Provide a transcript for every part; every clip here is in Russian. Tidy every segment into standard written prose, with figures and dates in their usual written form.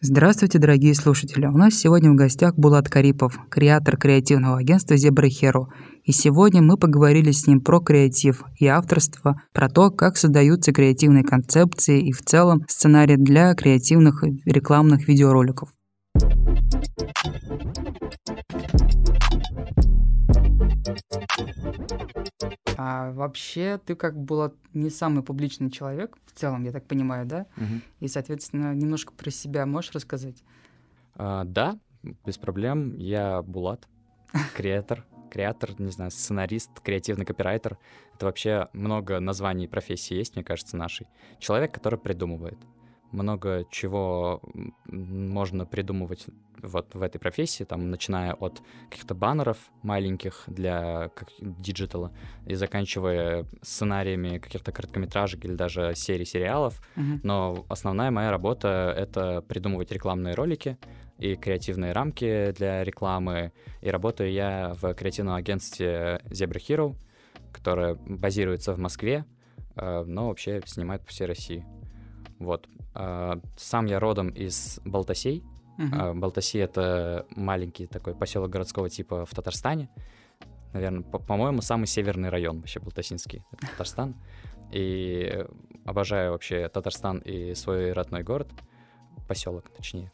Здравствуйте, дорогие слушатели! У нас сегодня в гостях Булат Карипов, креатор креативного агентства Zebra Hero. И сегодня мы поговорили с ним про креатив и авторство, про то, как создаются креативные концепции и в целом сценарии для креативных рекламных видеороликов. А вообще, ты как Булат не самый публичный человек, в целом, я так понимаю, да? И, соответственно, немножко про себя можешь рассказать? Да, без проблем. Я Булат, креатор, не знаю, сценарист, креативный копирайтер. Это вообще много названий профессии есть, мне кажется, нашей. Человек, который придумывает. Много чего можно придумывать вот в этой профессии, там, начиная от каких-то баннеров маленьких для диджитала и заканчивая сценариями каких-то короткометражек или даже серий сериалов. Но основная моя работа — это придумывать рекламные ролики и креативные рамки для рекламы. И работаю я в креативном агентстве Zebra Hero, которое базируется в Москве, но вообще снимает по всей России. Вот. Сам я родом из Балтасей. Балтаси — это маленький такой поселок городского типа в Татарстане. Наверное, по-моему, самый северный район вообще балтасинский. Это Татарстан. И обожаю вообще Татарстан и свой родной город. Поселок, точнее.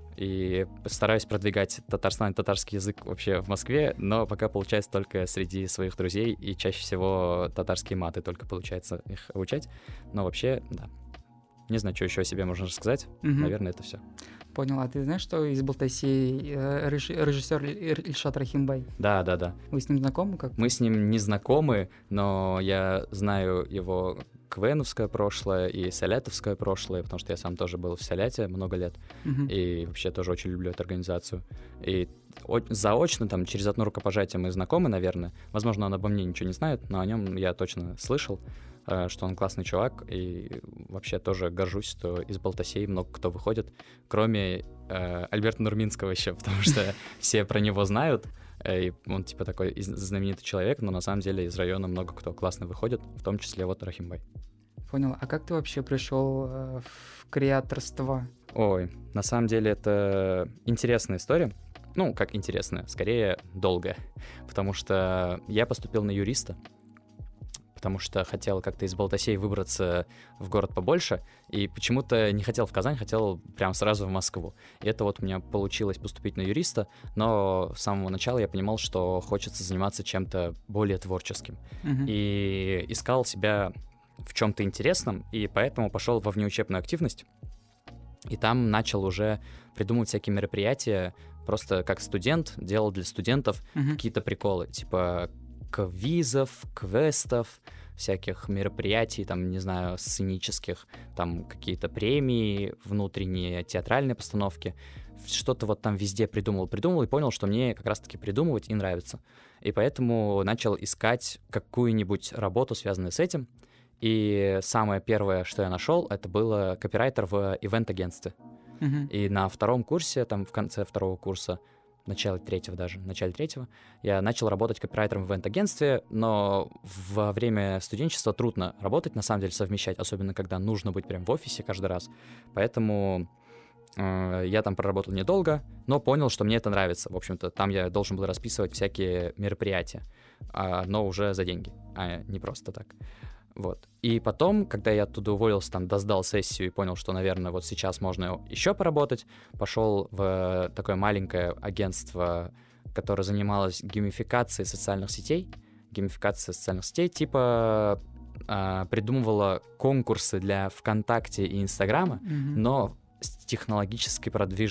И стараюсь продвигать Татарстан и татарский язык вообще в Москве, но пока получается только среди своих друзей, и чаще всего татарские маты только получается их обучать. Но вообще, да. Не знаю, что еще о себе можно рассказать. Наверное, это все. Понял. А ты знаешь, что из Балтасии режиссер Ильшат Рахимбай? Да. Вы с ним знакомы как? Мы с ним не знакомы, но я знаю его КВНовское прошлое и салятовское прошлое, потому что я сам тоже был в Саляте много лет, и вообще тоже очень люблю эту организацию. И заочно, там, через одно рукопожатие мы знакомы, наверное. Возможно, он обо мне ничего не знает, но о нем я точно слышал, что он классный чувак, и вообще тоже горжусь, что из Балтасей много кто выходит, кроме Альберта Нурминского еще, потому что все про него знают, и он типа такой знаменитый человек, но на самом деле из района много кто классно выходит, в том числе вот Рахимбай. Понял. А как ты вообще пришел в креаторство? Ой, на самом деле это интересная история. Ну, как интересная, скорее долгая, потому что я поступил на юриста, потому что хотел как-то из Балтасей выбраться в город побольше, и почему-то не хотел в Казань, хотел прям сразу в Москву. И это вот у меня получилось поступить на юриста, но с самого начала я понимал, что хочется заниматься чем-то более творческим. И искал себя в чем-то интересном, и поэтому пошел во внеучебную активность, и там начал уже придумывать всякие мероприятия, просто как студент, делал для студентов какие-то приколы, типа квизов, квестов, всяких мероприятий, там, не знаю, сценических, там какие-то премии, внутренние театральные постановки. Что-то вот там везде придумал и понял, что мне как раз-таки придумывать и нравится. И поэтому начал искать какую-нибудь работу, связанную с этим. И самое первое, что я нашел, это было копирайтер в ивент-агентстве. И на втором курсе, там в конце второго курса, в начале третьего, я начал работать копирайтером в ивент-агентстве, но во время студенчества трудно работать, на самом деле, совмещать, особенно когда нужно быть прям в офисе каждый раз. Поэтому я там проработал недолго, но понял, что мне это нравится. В общем-то, там я должен был расписывать всякие мероприятия, но уже за деньги, а не просто так. Вот. И потом, когда я оттуда уволился, там, досдал сессию и понял, что, наверное, вот сейчас можно еще поработать, пошел в такое маленькое агентство, которое занималось геймификацией социальных сетей. Типа придумывала конкурсы для ВКонтакте и Инстаграма, но с технологически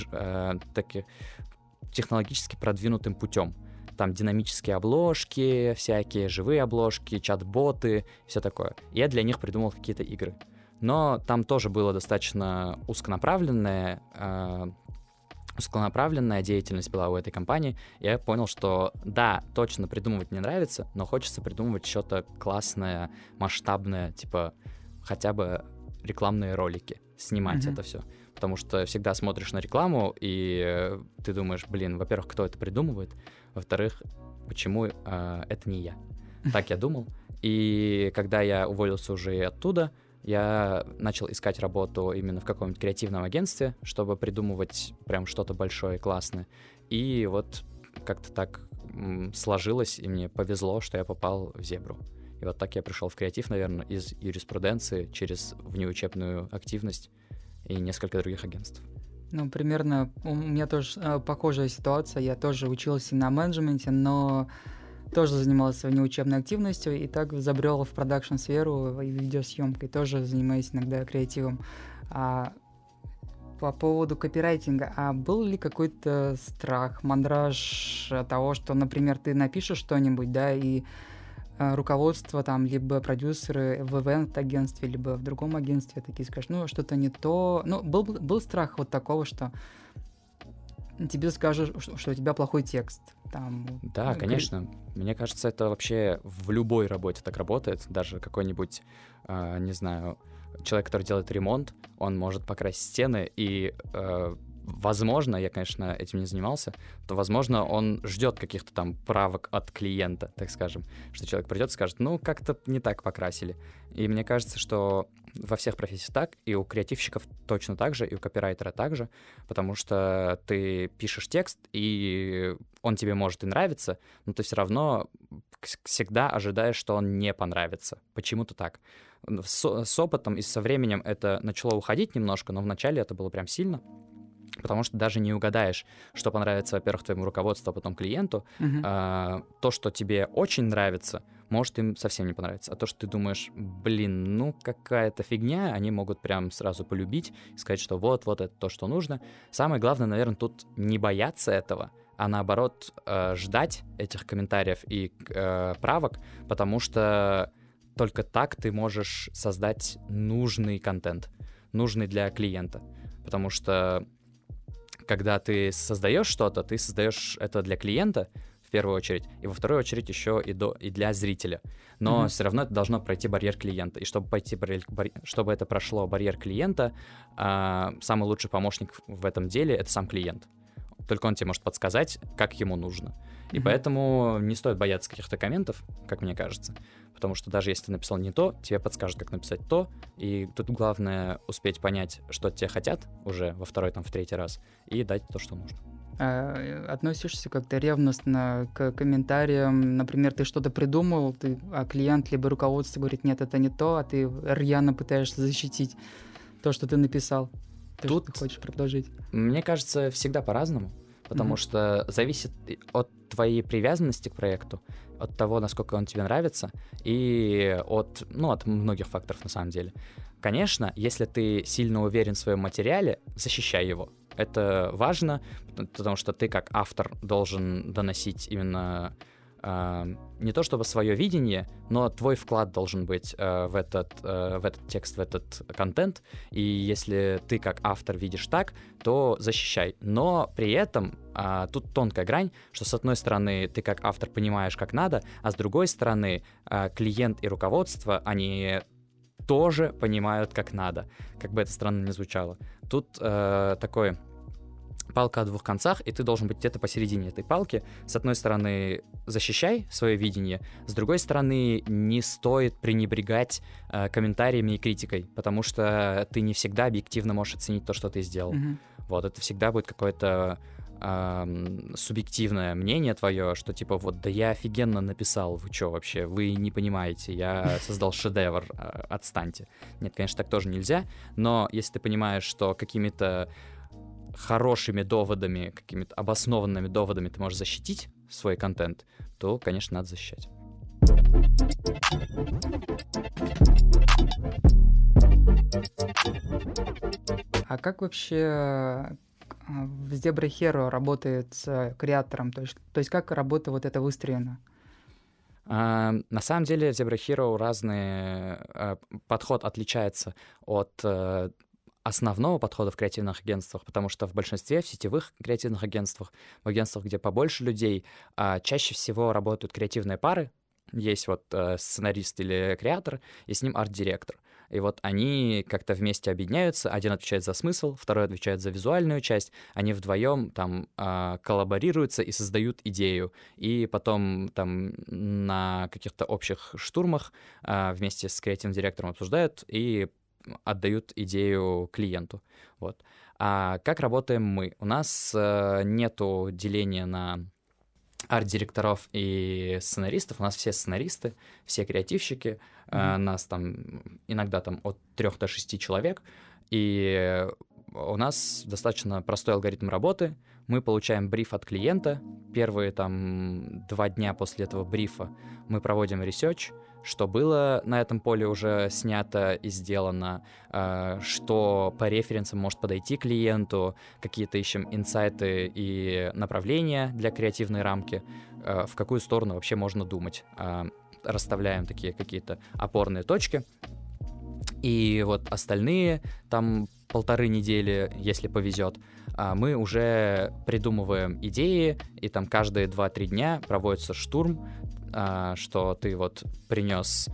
продвинутым путем. Там динамические обложки, всякие живые обложки, чат-боты, все такое. Я для них придумал какие-то игры. Но там тоже было достаточно узконаправленная деятельность была у этой компании. Я понял, что да, точно придумывать не нравится, но хочется придумывать что-то классное, масштабное, типа хотя бы рекламные ролики, снимать это все. Потому что всегда смотришь на рекламу, и ты думаешь, во-первых, кто это придумывает, во-вторых, почему это не я. Так я думал. И когда я уволился уже оттуда, я начал искать работу именно в каком-нибудь креативном агентстве, чтобы придумывать прям что-то большое и классное. И вот как-то так сложилось, и мне повезло, что я попал в Зебру. И вот так я пришел в креатив, наверное, из юриспруденции через внеучебную активность и несколько других агентств. Ну, примерно у меня тоже похожая ситуация. Я тоже учился на менеджменте, но тоже занимался внеучебной активностью и так забрел в продакшн-сферу и видеосъемкой. Тоже занимаюсь иногда креативом. По поводу копирайтинга, был ли какой-то страх, мандраж того, что, например, ты напишешь что-нибудь, да, и руководство там, либо продюсеры в ивент-агентстве, либо в другом агентстве такие скажут, ну, что-то не то. Ну, был страх вот такого, что тебе скажут, что у тебя плохой текст. Там, да, конечно. Мне кажется, это вообще в любой работе так работает. Даже какой-нибудь, не знаю, человек, который делает ремонт, он может покрасить стены, и, возможно, я, конечно, этим не занимался, то, возможно, он ждет каких-то там правок от клиента, так скажем, что человек придет и скажет, ну, как-то не так покрасили. И мне кажется, что во всех профессиях так, и у креативщиков точно так же, и у копирайтера также, потому что ты пишешь текст, и он тебе может и нравиться, но ты все равно всегда ожидаешь, что он не понравится. Почему-то так. С опытом и со временем это начало уходить немножко, но вначале это было прям сильно, потому что даже не угадаешь, что понравится, во-первых, твоему руководству, а потом клиенту. То, что тебе очень нравится, может им совсем не понравиться. А то, что ты думаешь, блин, ну какая-то фигня, они могут прям сразу полюбить и сказать, что вот это то, что нужно. Самое главное, наверное, тут не бояться этого, а наоборот ждать этих комментариев и правок, потому что только так ты можешь создать нужный контент, нужный для клиента. Потому что когда ты создаешь что-то, ты создаешь это для клиента в первую очередь, и во вторую очередь еще и для зрителя. Но все равно это должно пройти барьер клиента. И чтобы чтобы это прошло барьер клиента, самый лучший помощник в этом деле — это сам клиент. Только он тебе может подсказать, как ему нужно. И поэтому не стоит бояться каких-то комментов, как мне кажется. Потому что даже если ты написал не то, тебе подскажут, как написать то. И тут главное успеть понять, что от тебя хотят уже во второй, там, в третий раз, и дать то, что нужно. Относишься как-то ревностно к комментариям? Например, ты что-то придумал, а клиент либо руководство говорит, нет, это не то, а ты рьяно пытаешься защитить то, что ты написал. Тут ты хочешь предложить? Мне кажется, всегда по-разному, потому что зависит от твоей привязанности к проекту, от того, насколько он тебе нравится, и от многих факторов на самом деле. Конечно, если ты сильно уверен в своем материале, защищай его. Это важно, потому что ты как автор должен доносить именно не то чтобы свое видение, но твой вклад должен быть в этот текст, в этот контент. И если ты как автор видишь так, то защищай. Но при этом тут тонкая грань, что с одной стороны ты как автор понимаешь, как надо, а с другой стороны клиент и руководство, они тоже понимают, как надо. Как бы это странно ни звучало. Тут такой палка о двух концах, и ты должен быть где-то посередине этой палки. С одной стороны, защищай свое видение, с другой стороны, не стоит пренебрегать комментариями и критикой, потому что ты не всегда объективно можешь оценить то, что ты сделал. Вот, это всегда будет какое-то субъективное мнение твое, что типа вот, да я офигенно написал, вы что вообще, вы не понимаете, я создал шедевр, отстаньте. Нет, конечно, так тоже нельзя, но если ты понимаешь, что какими-то хорошими доводами, какими-то обоснованными доводами ты можешь защитить свой контент, то, конечно, надо защищать. А как вообще в Zebra Hero работает с креатором? То есть как работа вот эта выстроена? На самом деле в Zebra Hero подход отличается от основного подхода в креативных агентствах, потому что в большинстве в сетевых креативных агентствах, в агентствах, где побольше людей, чаще всего работают креативные пары. Есть вот сценарист или креатор, и с ним арт-директор. и вот они как-то вместе объединяются, один отвечает за смысл, второй отвечает за визуальную часть, они вдвоем там коллаборируются и создают идею, и потом там на каких-то общих штурмах вместе с креативным директором обсуждают и отдают идею клиенту. Вот. А как работаем мы? У нас нету деления на арт-директоров и сценаристов. У нас все сценаристы, все креативщики. Нас там иногда там от 3 до 6 человек. И у нас достаточно простой алгоритм работы. Мы получаем бриф от клиента. Первые там 2 дня после этого брифа мы проводим ресерч, что было на этом поле уже снято и сделано, что по референсам может подойти клиенту, какие-то ищем инсайты и направления для креативной рамки, в какую сторону вообще можно думать. Расставляем такие какие-то опорные точки. И вот остальные там 1,5 недели, если повезет, мы уже придумываем идеи, и там каждые 2-3 дня проводится штурм, что ты вот принес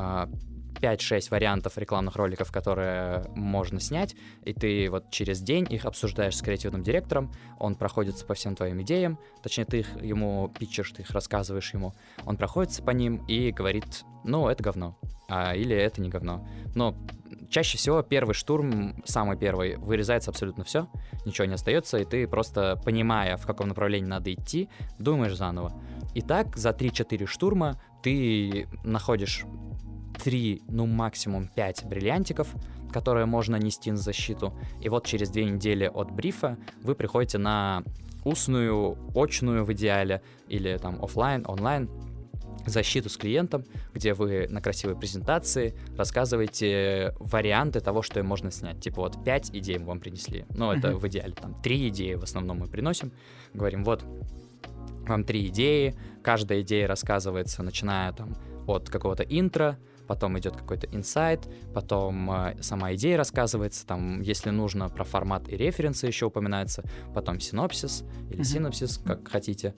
5-6 вариантов рекламных роликов, которые можно снять, и ты вот через день их обсуждаешь с креативным директором, он проходится по всем твоим идеям, точнее, ты их ему питчишь, ты их рассказываешь ему, он проходится по ним и говорит, ну, это говно, или это не говно. Но чаще всего первый штурм, самый первый, вырезается абсолютно все, ничего не остается, и ты просто, понимая, в каком направлении надо идти, думаешь заново. И так за 3-4 штурма ты находишь 3, ну максимум 5 бриллиантиков, которые можно нести на защиту. И вот через 2 недели от брифа вы приходите на устную, очную в идеале, или там офлайн, онлайн, защиту с клиентом, где вы на красивой презентации рассказываете варианты того, что им можно снять. Типа вот 5 идей мы вам принесли. Ну, это в идеале. Там 3 идеи в основном мы приносим. Говорим, вот, вам 3 идеи. Каждая идея рассказывается, начиная там от какого-то интро, потом идет какой-то инсайт, потом сама идея рассказывается, там, если нужно, про формат и референсы еще упоминается, потом синопсис или синопсис, как хотите.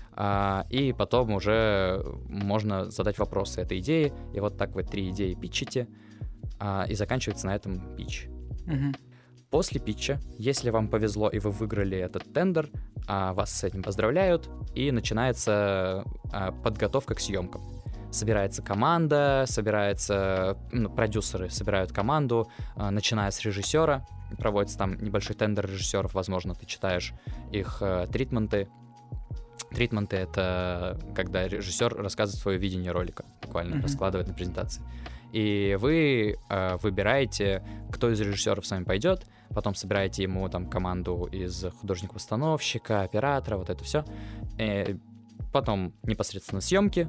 И потом уже можно задать вопросы этой идеи, и вот так вы 3 идеи питчите, и заканчивается на этом питч. После питча, если вам повезло и вы выиграли этот тендер, вас с этим поздравляют, и начинается подготовка к съемкам. Собирается команда, продюсеры собирают команду, начиная с режиссера, проводится там небольшой тендер режиссеров, возможно, ты читаешь их тритменты. Тритменты — это когда режиссер рассказывает свое видение ролика, буквально раскладывает на презентации. И вы выбираете, кто из режиссеров с вами пойдет, потом собираете ему там команду из художника-постановщика, оператора, вот это все. Потом непосредственно съемки,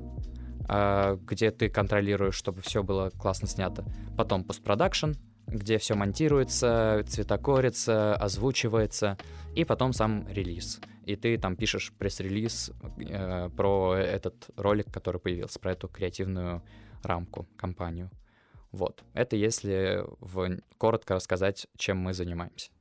где ты контролируешь, чтобы все было классно снято. Потом постпродакшн, где все монтируется, цветокорится, озвучивается, и потом сам релиз. И ты там пишешь пресс-релиз про этот ролик, который появился, про эту креативную рамку, компанию. Вот. Это если коротко рассказать, чем мы занимаемся.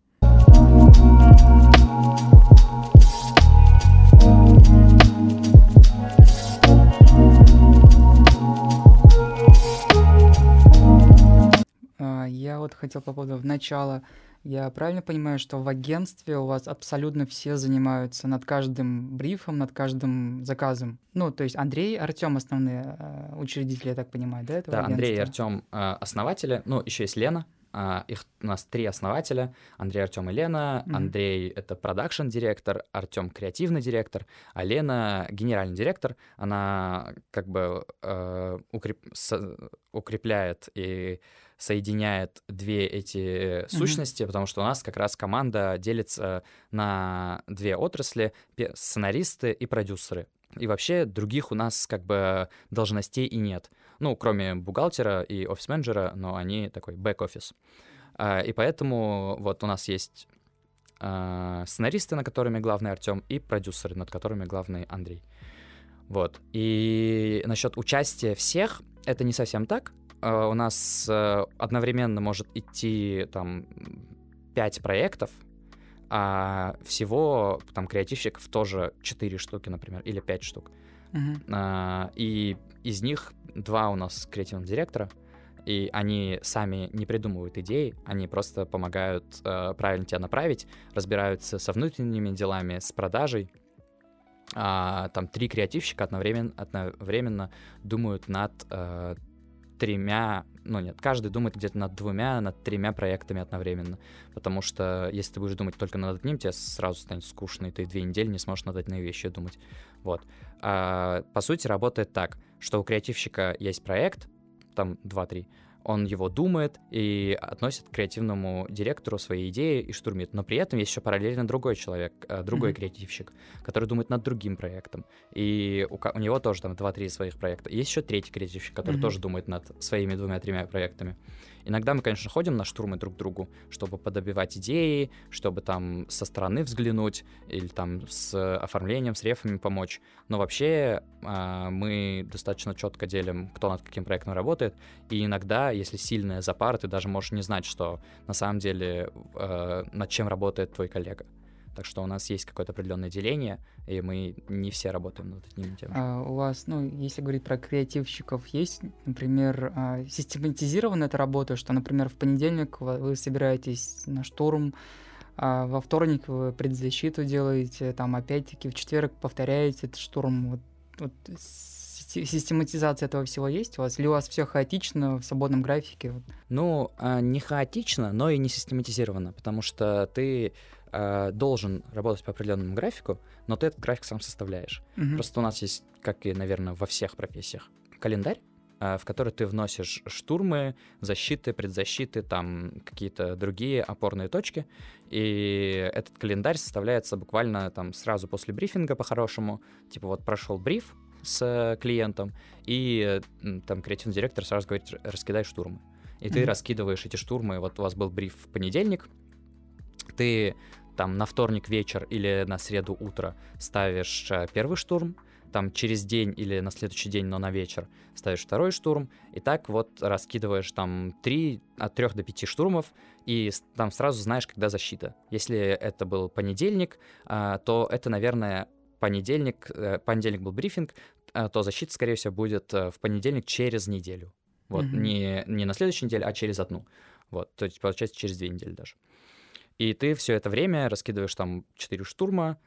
Я вот хотел по поводу начала. Я правильно понимаю, что в агентстве у вас абсолютно все занимаются над каждым брифом, над каждым заказом? Ну, то есть Андрей, Артем основные учредители, я так понимаю, да, этого агентства? Да, Андрей и Артем основатели, ну, еще есть Лена. Их у нас 3 основателя: Андрей, Артем и Лена. Андрей — это продакшн-директор, Артем — креативный директор, а Лена — генеральный директор. Она как бы укрепляет и соединяет 2 эти сущности, потому что у нас как раз команда делится на 2 отрасли: сценаристы и продюсеры. И вообще других у нас как бы должностей и нет. Ну, кроме бухгалтера и офис-менеджера, но они такой бэк-офис. И поэтому вот у нас есть сценаристы, над которыми главный Артем, и продюсеры, над которыми главный Андрей. Вот. И насчет участия всех, это не совсем так. У нас одновременно может идти там 5 проектов, а всего там креативщиков тоже 4 штуки, например, или 5 штук. И из них 2 у нас креативных директора, и они сами не придумывают идеи, они просто помогают правильно тебя направить, разбираются со внутренними делами, с продажей. Там 3 креативщика одновременно думают над 3, каждый думает где-то над 2, над 3 проектами одновременно, потому что если ты будешь думать только над одним, тебе сразу станет скучно, и ты 2 недели не сможешь над одной вещью думать. Вот. По сути, работает так, что у креативщика есть проект, там 2-3, он его думает и относит к креативному директору свои идеи и штурмит. Но при этом есть еще параллельно другой человек, другой креативщик, который думает над другим проектом. И у него тоже там 2-3 своих проекта. Есть еще 3-й креативщик, который тоже думает над своими 2-3 проектами. Иногда мы, конечно, ходим на штурмы друг к другу, чтобы подобивать идеи, чтобы там со стороны взглянуть или там с оформлением, с рефами помочь. Но вообще мы достаточно четко делим, кто над каким проектом работает. И иногда, если сильная запара, ты даже можешь не знать, что на самом деле над чем работает твой коллега. Так что у нас есть какое-то определенное деление, и мы не все работаем над одним и тем же. У вас, если говорить про креативщиков, есть, например, систематизированная эта работа, что, например, в понедельник вы собираетесь на штурм, во вторник вы предзащиту делаете, там опять-таки в четверг повторяете этот штурм. Вот систематизация этого всего есть у вас? Или у вас все хаотично в свободном графике? Не хаотично, но и не систематизировано, потому что ты должен работать по определенному графику, но ты этот график сам составляешь. Просто у нас есть, как и, наверное, во всех профессиях, календарь, в который ты вносишь штурмы, защиты, предзащиты, там какие-то другие опорные точки, и этот календарь составляется буквально там сразу после брифинга по-хорошему, типа вот прошел бриф с клиентом, и там креативный директор сразу говорит: раскидай штурмы. И ты раскидываешь эти штурмы, вот у вас был бриф в понедельник, ты там на вторник вечер или на среду утро ставишь первый штурм, там через день или на следующий день, но на вечер ставишь второй штурм, и так вот раскидываешь там от 3 до 5 штурмов, и там сразу знаешь, когда защита. Если это был понедельник, то это, наверное, понедельник был брифинг, то защита, скорее всего, будет в понедельник через неделю. Вот, не на следующей неделе, а через одну. Вот, то есть, получается, через 2 недели даже. И ты все это время раскидываешь там 4 штурма,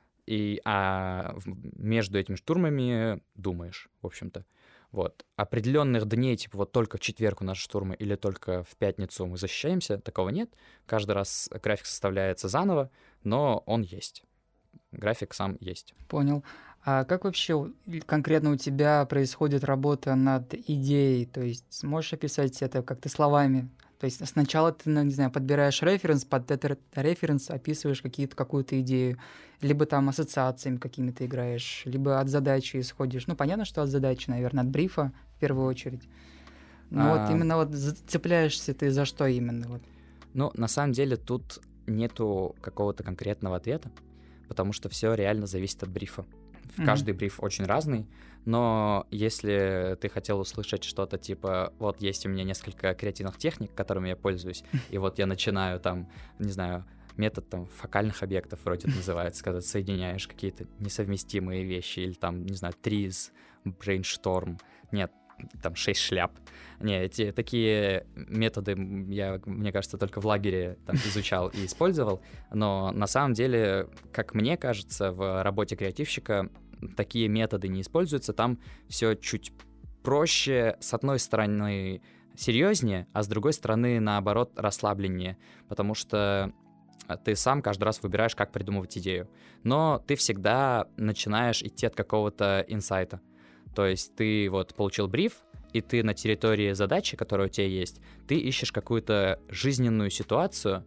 между этими штурмами думаешь, в общем-то. Вот. Определенных дней, типа вот только в четверг у нас штурмы или только в пятницу мы защищаемся, такого нет. Каждый раз график составляется заново, но он есть. График сам есть. Понял. А как вообще конкретно у тебя происходит работа над идеей? То есть можешь описать это как-то словами? То есть сначала ты, не знаю, подбираешь референс, под этот референс описываешь какую-то идею, либо там ассоциациями какими-то играешь, либо от задачи исходишь. Понятно, что от задачи, наверное, от брифа в первую очередь. Но вот именно цепляешься ты за что именно? На самом деле тут нету какого-то конкретного ответа, потому что все реально зависит от брифа. Каждый бриф очень разный, но если ты хотел услышать что-то типа, вот есть у меня несколько креативных техник, которыми я пользуюсь, и вот я начинаю там, не знаю, метод там фокальных объектов вроде это называется, когда ты соединяешь какие-то несовместимые вещи, или там, не знаю, триз, брейншторм, нет, там 6 шляп. Не, эти такие методы я, мне кажется, только в лагере там изучал и использовал, но на самом деле, как мне кажется, в работе креативщика такие методы не используются, там все чуть проще, с одной стороны серьезнее, а с другой стороны, наоборот, расслабленнее, потому что ты сам каждый раз выбираешь, как придумывать идею, но ты всегда начинаешь идти от какого-то инсайта. То есть ты вот получил бриф, и ты на территории задачи, которая у тебя есть, ты ищешь какую-то жизненную ситуацию,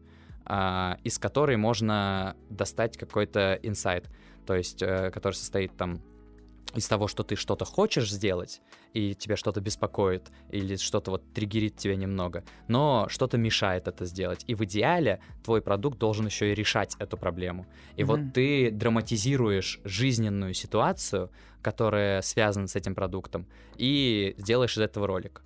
из которой можно достать какой-то инсайт, то есть который состоит там из того, что ты что-то хочешь сделать, и тебя что-то беспокоит, или что-то вот триггерит тебя немного, но что-то мешает это сделать. И в идеале твой продукт должен еще и решать эту проблему. И вот ты драматизируешь жизненную ситуацию, которая связана с этим продуктом, и делаешь из этого ролик.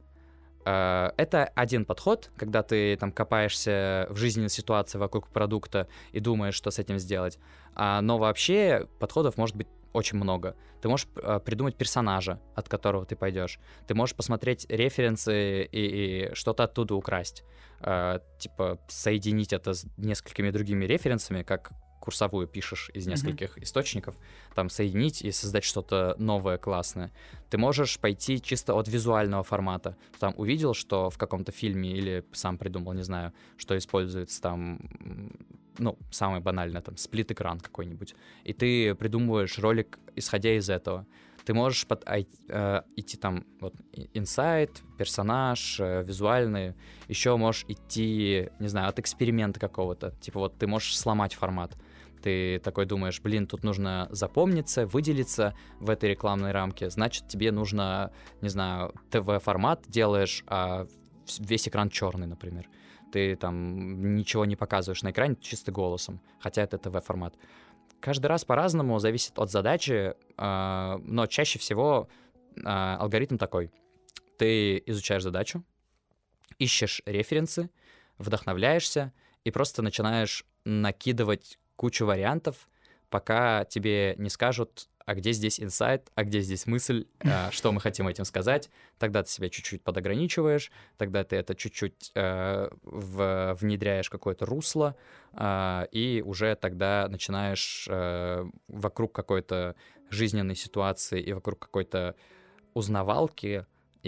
Это один подход, когда ты там копаешься в жизненной ситуации вокруг продукта и думаешь, что с этим сделать. Но вообще подходов может быть очень много. Ты можешь придумать персонажа, от которого ты пойдешь. Ты можешь посмотреть референсы и что-то оттуда украсть. Типа соединить это с несколькими другими референсами, как курсовую пишешь из нескольких источников, там соединить и создать что-то новое, классное. Ты можешь пойти чисто от визуального формата. Там увидел, что в каком-то фильме или сам придумал, не знаю, что используется там, ну, самое банальное, там, сплит-экран какой-нибудь. И ты придумываешь ролик, исходя из этого. Ты можешь идти там, вот, инсайт, персонаж, визуальный. Еще можешь идти, не знаю, от эксперимента какого-то. Типа вот ты можешь сломать формат. Ты такой думаешь, блин, тут нужно запомниться, выделиться в этой рекламной рамке. Значит, тебе нужно, не знаю, ТВ-формат делаешь, а весь экран черный, например. Ты там ничего не показываешь на экране, чисто голосом, хотя это ТВ-формат. Каждый раз по-разному, зависит от задачи, но чаще всего алгоритм такой. Ты изучаешь задачу, ищешь референсы, вдохновляешься и просто начинаешь накидывать кучу вариантов, пока тебе не скажут, а где здесь инсайт, а где здесь мысль, что мы хотим этим сказать. Тогда ты себя чуть-чуть подограничиваешь, тогда ты это чуть-чуть внедряешь в какое-то русло, и уже тогда начинаешь вокруг какой-то жизненной ситуации и вокруг какой-то узнавалки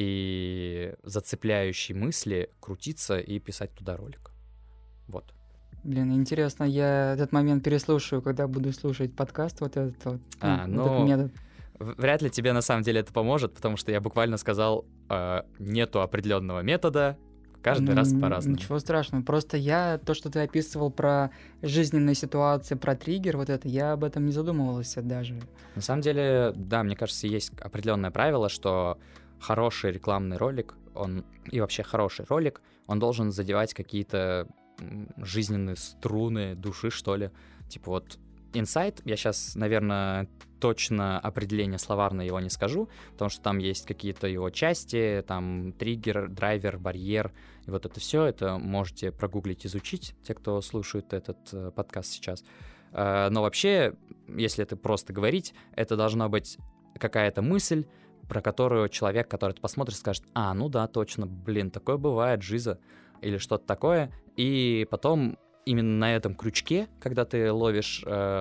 и зацепляющей мысли крутиться и писать туда ролик. Вот. Блин, интересно, я этот момент переслушаю, когда буду слушать подкаст, вот этот вот, вот этот метод. Вряд ли тебе на самом деле это поможет, потому что я буквально сказал, нету определенного метода, каждый раз по-разному. Ничего страшного, просто то, что ты описывал про жизненные ситуации, про триггер, вот это, я об этом не задумывался даже. На самом деле, да, мне кажется, есть определенное правило, что хороший рекламный ролик, и вообще хороший ролик, он должен задевать какие-то жизненные струны души, что ли. Типа вот инсайт, я сейчас, наверное, точно определение словарное его не скажу, потому что там есть какие-то его части, там триггер, драйвер, барьер, и вот это все, это можете прогуглить, изучить, те, кто слушает этот подкаст сейчас. Но вообще, если это просто говорить, это должна быть какая-то мысль, про которую человек, который это посмотрит, скажет, ну да, точно, блин, такое бывает, жиза, или что-то такое, и потом именно на этом крючке, когда ты ловишь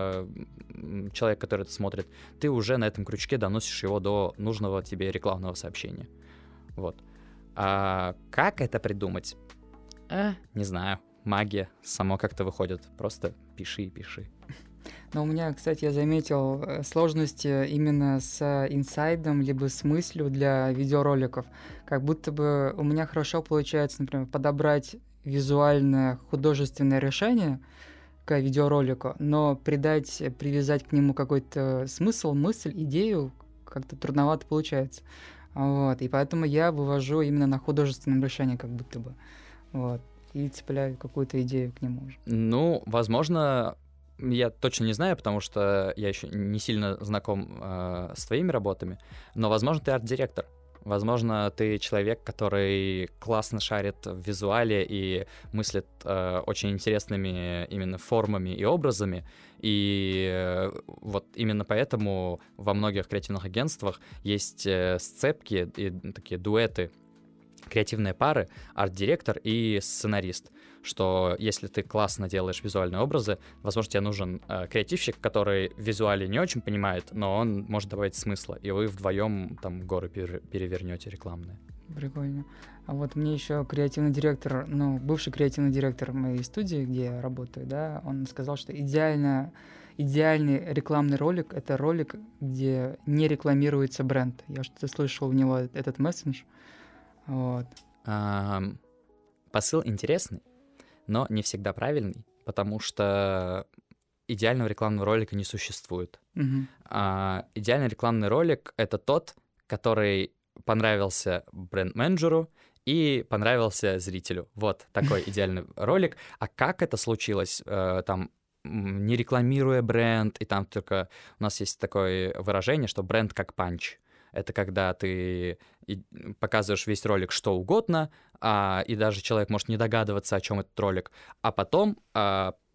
человека, который это смотрит, ты уже на этом крючке доносишь его до нужного тебе рекламного сообщения. Вот. А как это придумать? Не знаю. Магия. Само как-то выходит. Просто пиши и пиши. Но у меня, кстати, я заметил сложности именно с инсайдом, либо с мыслью для видеороликов. Как будто бы у меня хорошо получается, например, подобрать визуальное художественное решение к видеоролику, но привязать к нему какой-то смысл, мысль, идею как-то трудновато получается. Вот. И поэтому я вывожу именно на художественном решении, как будто бы. Вот. И цепляю какую-то идею к нему уже. Ну, возможно, я точно не знаю, потому что я еще не сильно знаком с твоими работами, но, возможно, ты арт-директор. Возможно, ты человек, который классно шарит в визуале и мыслит очень интересными именно формами и образами. И вот именно поэтому во многих креативных агентствах есть сцепки и такие дуэты, креативные пары, арт-директор и сценарист. Что если ты классно делаешь визуальные образы, возможно, тебе нужен креативщик, который в визуале не очень понимает, но он может добавить смысла, и вы вдвоем там горы перевернете рекламные. Прикольно. А вот мне еще креативный директор, бывший креативный директор моей студии, где я работаю, да, он сказал, что идеальный рекламный ролик — это ролик, где не рекламируется бренд. Я что-то слышал у него этот месседж. Вот. Посыл интересный, но не всегда правильный, потому что идеального рекламного ролика не существует. Идеальный рекламный ролик — это тот, который понравился бренд-менеджеру и понравился зрителю. Вот такой идеальный ролик. А как это случилось? Там, не рекламируя бренд, и там только... У нас есть такое выражение, что бренд как панч. Это когда ты показываешь весь ролик что угодно, и даже человек может не догадываться, о чем этот ролик, а потом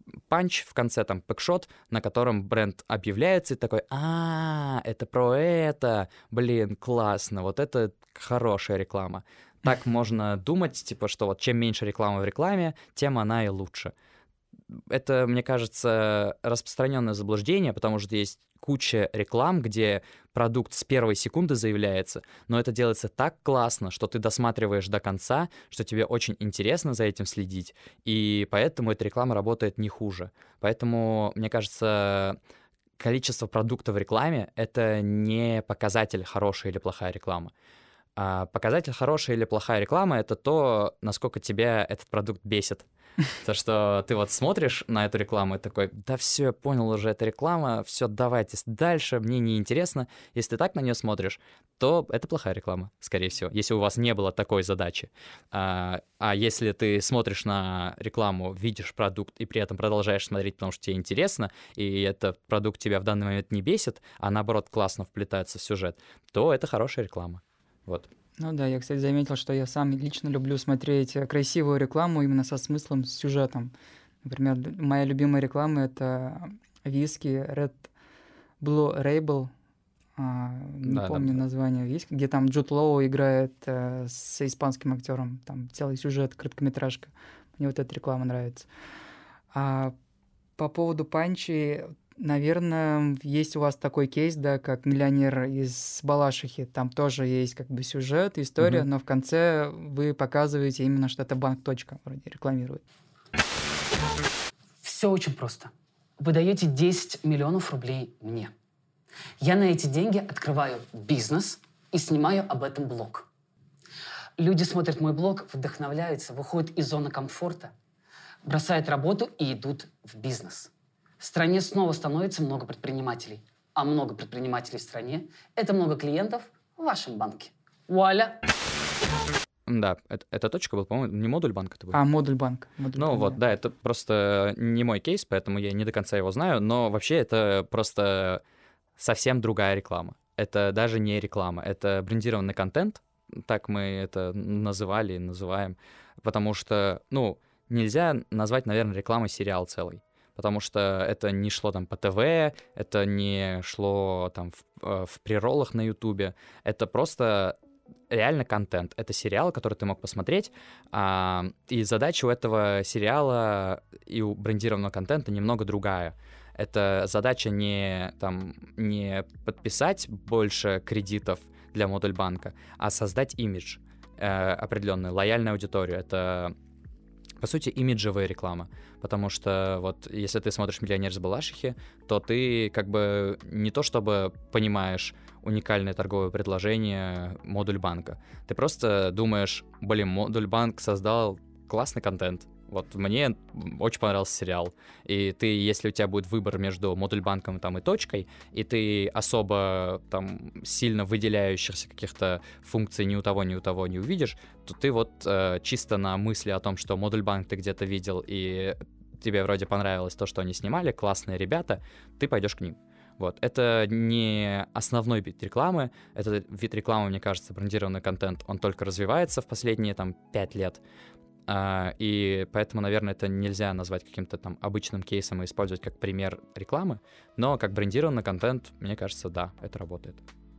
панч, в конце там пэкшот, на котором бренд объявляется и такой, это про это, блин, классно, вот это хорошая реклама. Так можно думать, типа, что вот чем меньше рекламы в рекламе, тем она и лучше. Это, мне кажется, распространенное заблуждение, потому что есть куча реклам, где продукт с первой секунды заявляется, но это делается так классно, что ты досматриваешь до конца, что тебе очень интересно за этим следить, и поэтому эта реклама работает не хуже. Поэтому, мне кажется, количество продуктов в рекламе — это не показатель, хорошая или плохая реклама. А показатель, хорошая или плохая реклама — это то, насколько тебя этот продукт бесит. То, что ты вот смотришь на эту рекламу и такой, да все, я понял уже, эта реклама, все, давайте дальше, мне неинтересно. Если ты так на нее смотришь, то это плохая реклама, скорее всего, если у вас не было такой задачи. А если ты смотришь на рекламу, видишь продукт и при этом продолжаешь смотреть, потому что тебе интересно, и этот продукт тебя в данный момент не бесит, а наоборот классно вплетается в сюжет, то это хорошая реклама. Вот. Ну да, я, кстати, заметил, что я сам лично люблю смотреть красивую рекламу именно со смыслом, с сюжетом. Например, моя любимая реклама — это виски Red Blue Label, не помню название виски, где там Джуд Лоу играет с испанским актером, там целый сюжет, короткометражка. Мне вот эта реклама нравится. А по поводу панчи, наверное, есть у вас такой кейс, да, как «Миллионер из Балашихи». Там тоже есть как бы сюжет, история, но в конце вы показываете именно, что это банк. Вроде рекламирует. Все очень просто. Вы даете 10 миллионов рублей мне. Я на эти деньги открываю бизнес и снимаю об этом блог. Люди смотрят мой блог, вдохновляются, выходят из зоны комфорта, бросают работу и идут в бизнес. В стране снова становится много предпринимателей. А много предпринимателей в стране – это много клиентов в вашем банке. Вуаля! Да, эта точка был, по-моему, не модуль банка это был. Модуль банка. Вот, да, это просто не мой кейс, поэтому я не до конца его знаю, но вообще это просто совсем другая реклама. Это даже не реклама, это брендированный контент, так мы это называли и называем, потому что, нельзя назвать, наверное, рекламой сериал целый. Потому что это не шло там по ТВ, это не шло там в прероллах на Ютубе. Это просто реально контент. Это сериал, который ты мог посмотреть. И задача у этого сериала и у брендированного контента немного другая. Это задача не подписать больше кредитов для модуль банка, а создать имидж определенную, лояльную аудиторию. Это, по сути, имиджевая реклама, потому что вот если ты смотришь «Миллионер из Балашихи», то ты как бы не то чтобы понимаешь уникальное торговое предложение модуль банка, ты просто думаешь, модуль банк создал классный контент. Вот мне очень понравился сериал. И ты, если у тебя будет выбор между модуль банком и точкой, и ты особо там сильно выделяющихся каких-то функций ни у того не увидишь, то ты вот чисто на мысли о том, что модуль банк ты где-то видел, и тебе вроде понравилось то, что они снимали, классные ребята, ты пойдешь к ним. Вот. Это не основной вид рекламы. Этот вид рекламы, мне кажется, брендированный контент, он только развивается в последние 5 лет. И поэтому, наверное, это нельзя назвать каким-то там обычным кейсом и использовать как пример рекламы, но как брендированный контент, мне кажется, да, это работает.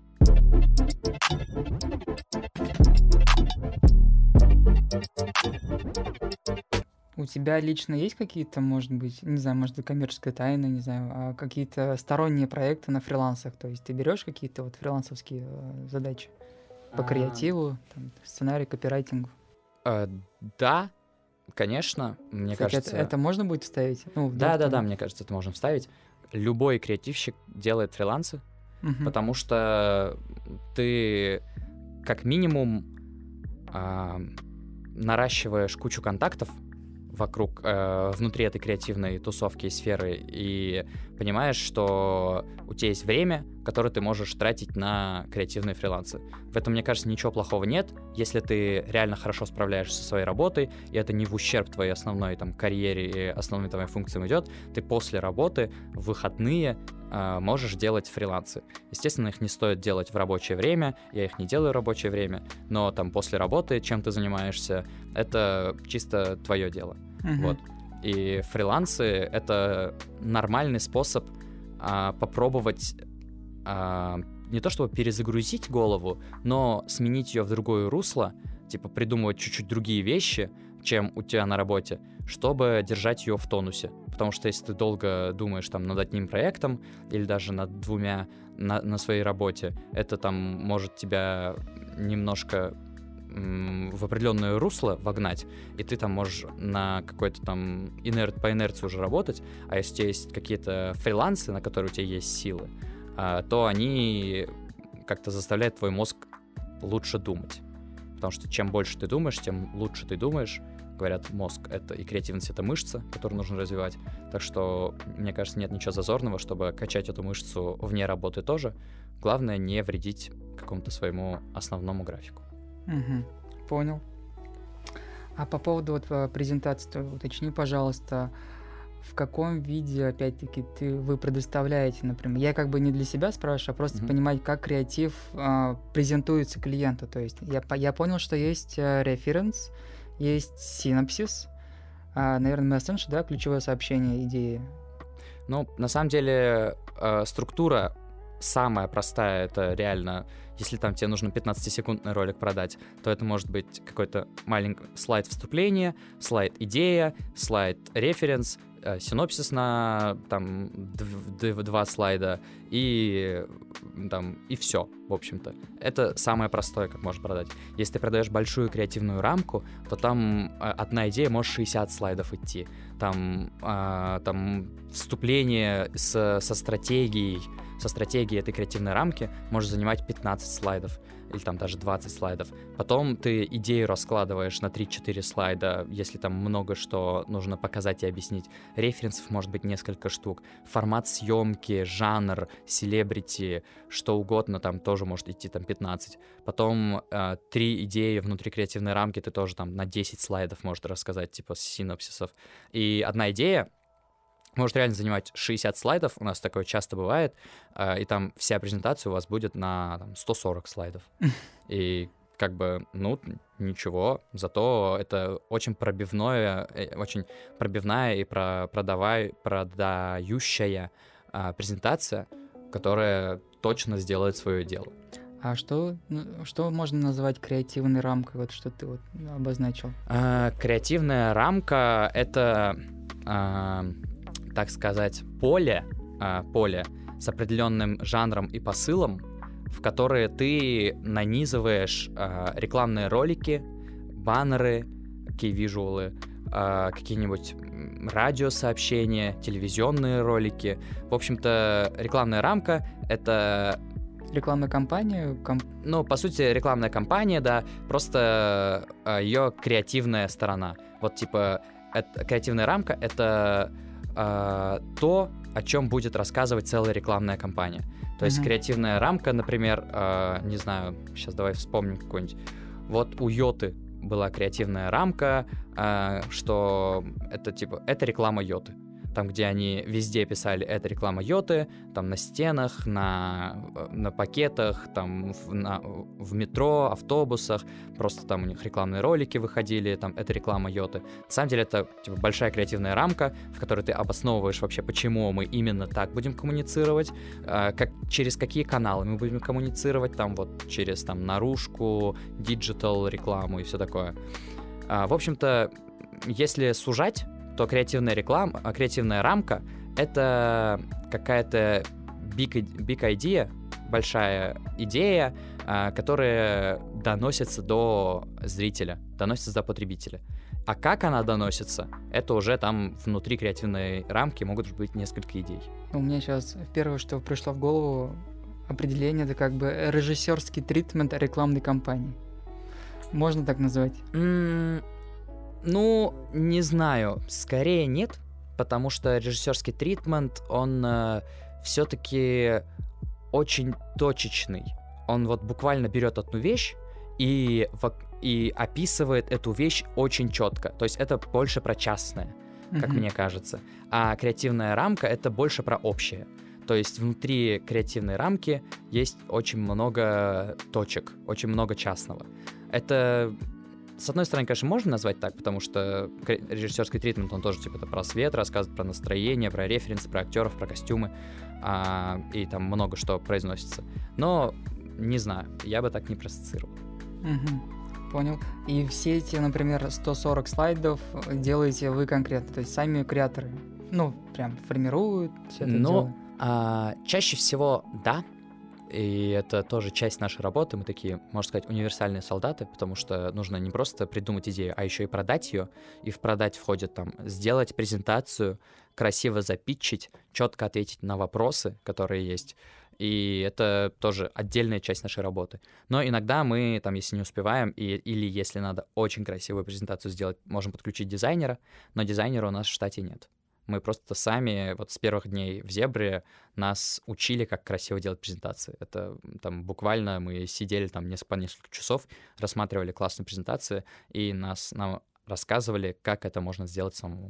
У тебя лично есть какие-то, может быть, не знаю, может быть, коммерческая тайна, не знаю, какие-то сторонние проекты на фрилансах? То есть ты берешь какие-то вот фрилансовские задачи по креативу, там, сценарий, копирайтингу? Да, конечно, мне Кстати, кажется... Это можно будет вставить? Да, мне кажется, это можно вставить. Любой креативщик делает фрилансы, потому что ты как минимум наращиваешь кучу контактов вокруг, внутри этой креативной тусовки и сферы, и понимаешь, что у тебя есть время, которое ты можешь тратить на креативные фрилансы. В этом, мне кажется, ничего плохого нет, если ты реально хорошо справляешься со своей работой, и это не в ущерб твоей основной карьере и основным твоим функциям идет, ты после работы, в выходные можешь делать фрилансы. Естественно, их не стоит делать в рабочее время, я их не делаю в рабочее время, но после работы, чем ты занимаешься, это чисто твое дело. Вот. И фрилансы — это нормальный способ попробовать не то чтобы перезагрузить голову, но сменить ее в другое русло, типа придумывать чуть-чуть другие вещи, чем у тебя на работе, чтобы держать ее в тонусе. Потому что если ты долго думаешь там над одним проектом или даже над двумя на своей работе, это там может тебя немножко в определенное русло вогнать, и ты там можешь на какой-то там по инерции уже работать, а если у тебя есть какие-то фрилансы, на которые у тебя есть силы, то они как-то заставляют твой мозг лучше думать. Потому что чем больше ты думаешь, тем лучше ты думаешь. Говорят, мозг — это и креативность — это мышца, которую нужно развивать. Так что, мне кажется, нет ничего зазорного, чтобы качать эту мышцу вне работы тоже. Главное, не вредить какому-то своему основному графику. Угу, понял. А по поводу вот презентации, уточни, пожалуйста, в каком виде, опять-таки, вы предоставляете, например? Я как бы не для себя спрашиваю, а просто понимать, как креатив презентуется клиенту. То есть я понял, что есть референс, есть синопсис, наверное, мессендж, да, ключевое сообщение, идеи. Ну, на самом деле, структура самая простая, это реально, если там тебе нужно 15-секундный ролик продать, то это может быть какой-то маленький слайд вступления, слайд идея, слайд референс, синопсис на там 2 слайда и все, в общем-то. Это самое простое, как можно продать. Если ты продаешь большую креативную рамку, то там одна идея может 60 слайдов идти. Там вступление со стратегией этой креативной рамки может занимать 15 слайдов или там даже 20 слайдов. Потом ты идею раскладываешь на 3-4 слайда, если там много что нужно показать и объяснить. Референсов может быть несколько штук. Формат съемки, жанр, селебрити, что угодно, там тоже может идти там 15. Потом 3 идеи внутри креативной рамки ты тоже там на 10 слайдов можешь рассказать, типа синопсисов. И одна идея может реально занимать 60 слайдов, у нас такое часто бывает, и там вся презентация у вас будет на 140 слайдов. И как бы, ничего, зато это очень пробивная и продающая презентация, которая точно сделает свое дело. А что можно назвать креативной рамкой, вот что ты обозначил? Креативная рамка — это... так сказать, поле с определенным жанром и посылом, в которые ты нанизываешь рекламные ролики, баннеры, кей-вижуалы, какие-нибудь радиосообщения, телевизионные ролики. В общем-то, рекламная рамка — это... Рекламная кампания? По сути, рекламная кампания, да, просто ее креативная сторона. Вот, типа, креативная рамка — это... то, о чем будет рассказывать целая рекламная кампания. То есть креативная рамка, например, не знаю, сейчас давай вспомним какой-нибудь. Вот у Йоты была креативная рамка, что это реклама Йоты. Там, где они везде писали «это реклама Йоты», там на стенах, на пакетах, там в метро, автобусах, просто там у них рекламные ролики выходили, там «это реклама Йоты». На самом деле это большая креативная рамка, в которой ты обосновываешь вообще, почему мы именно так будем коммуницировать, через какие каналы мы будем коммуницировать, там вот через там наружку, диджитал рекламу и все такое. В общем-то, если сужать, то креативная рамка — это какая-то big idea, большая идея, которая доносится до зрителя, доносится до потребителя. А как она доносится, это уже там внутри креативной рамки могут быть несколько идей. У меня сейчас первое, что пришло в голову, определение — это как бы режиссерский тритмент рекламной кампании. Можно так назвать? Не знаю, скорее нет, потому что режиссерский тритмент, он все-таки очень точечный. Он вот буквально берет одну вещь и описывает эту вещь очень четко. То есть это больше про частное, как мне кажется. А креативная рамка — это больше про общее. То есть внутри креативной рамки есть очень много точек, очень много частного. Это с одной стороны, конечно, можно назвать так, потому что режиссерский тритмент, он тоже типа про свет рассказывает, про настроение, про референсы, про актеров, про костюмы, и там много что произносится. Но, не знаю, я бы так не проассоциировал. Понял. И все эти, например, 140 слайдов делаете вы конкретно, то есть сами креаторы, прям формируют все это дело? Чаще всего да, и это тоже часть нашей работы. Мы такие, можно сказать, универсальные солдаты, потому что нужно не просто придумать идею, а еще и продать ее. И в продать входит там сделать презентацию, красиво запитчить, четко ответить на вопросы, которые есть. И это тоже отдельная часть нашей работы. Но иногда мы, там, если не успеваем, или если надо очень красивую презентацию сделать, можем подключить дизайнера, но дизайнера у нас в штате нет. Мы просто сами вот с первых дней в «Зебре» нас учили, как красиво делать презентации. Это там буквально мы сидели там по несколько часов, рассматривали классные презентации, и нам рассказывали, как это можно сделать самому.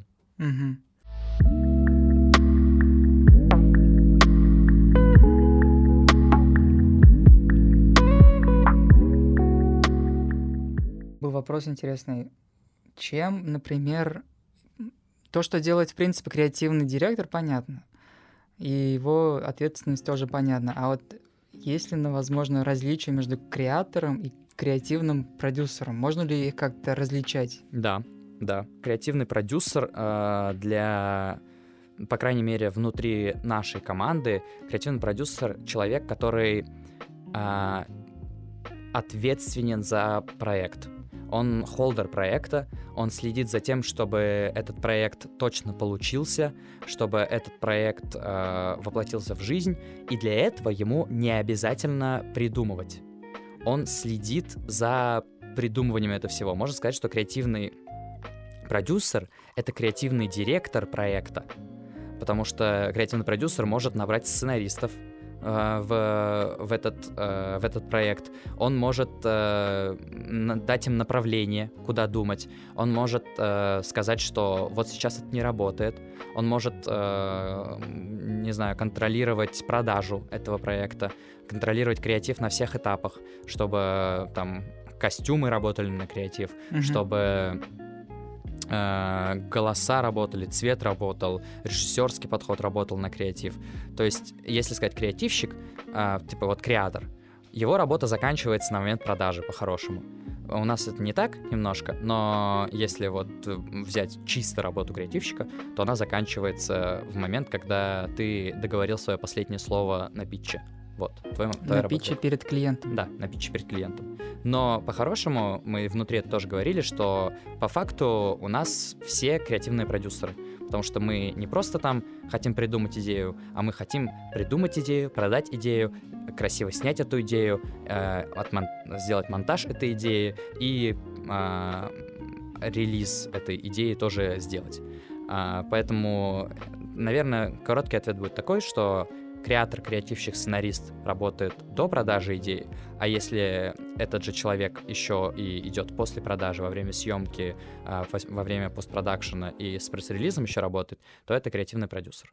Был вопрос интересный. Чем, например, то, что делает, в принципе, креативный директор, понятно. И его ответственность тоже понятна. А вот есть ли, возможно, различие между креатором и креативным продюсером? Можно ли их как-то различать? Да. Креативный продюсер по крайней мере, внутри нашей команды, креативный продюсер — человек, который ответственен за проект. Он холдер проекта, он следит за тем, чтобы этот проект точно получился, чтобы этот проект воплотился в жизнь, и для этого ему не обязательно придумывать. Он следит за придумыванием этого всего. Можно сказать, что креативный продюсер — это креативный директор проекта, потому что креативный продюсер может набрать сценаристов в этот проект. Он может дать им направление, куда думать. Он может сказать, что вот сейчас это не работает. Он может, не знаю, контролировать продажу этого проекта, контролировать креатив на всех этапах, чтобы там костюмы работали на креатив, чтобы голоса работали, цвет работал, режиссерский подход работал на креатив. То есть, если сказать креативщик, типа вот креатор, его работа заканчивается на момент продажи, по-хорошему. У нас это не так немножко, но если вот взять чисто работу креативщика, то она заканчивается в момент, когда ты договорил свое последнее слово на питче. Вот, твоя на питче перед клиентом. Да, на питче перед клиентом. Но по-хорошему мы внутри это тоже говорили, что по факту у нас все креативные продюсеры. Потому что мы не просто там хотим придумать идею, а мы хотим придумать идею, продать идею, красиво снять эту идею, сделать монтаж этой идеи и релиз этой идеи тоже сделать. Поэтому, наверное, короткий ответ будет такой, что креатор, креативщик, сценарист работает до продажи идеи, а если этот же человек еще и идет после продажи, во время съемки, во время постпродакшена и с пресс-релизом еще работает, то это креативный продюсер.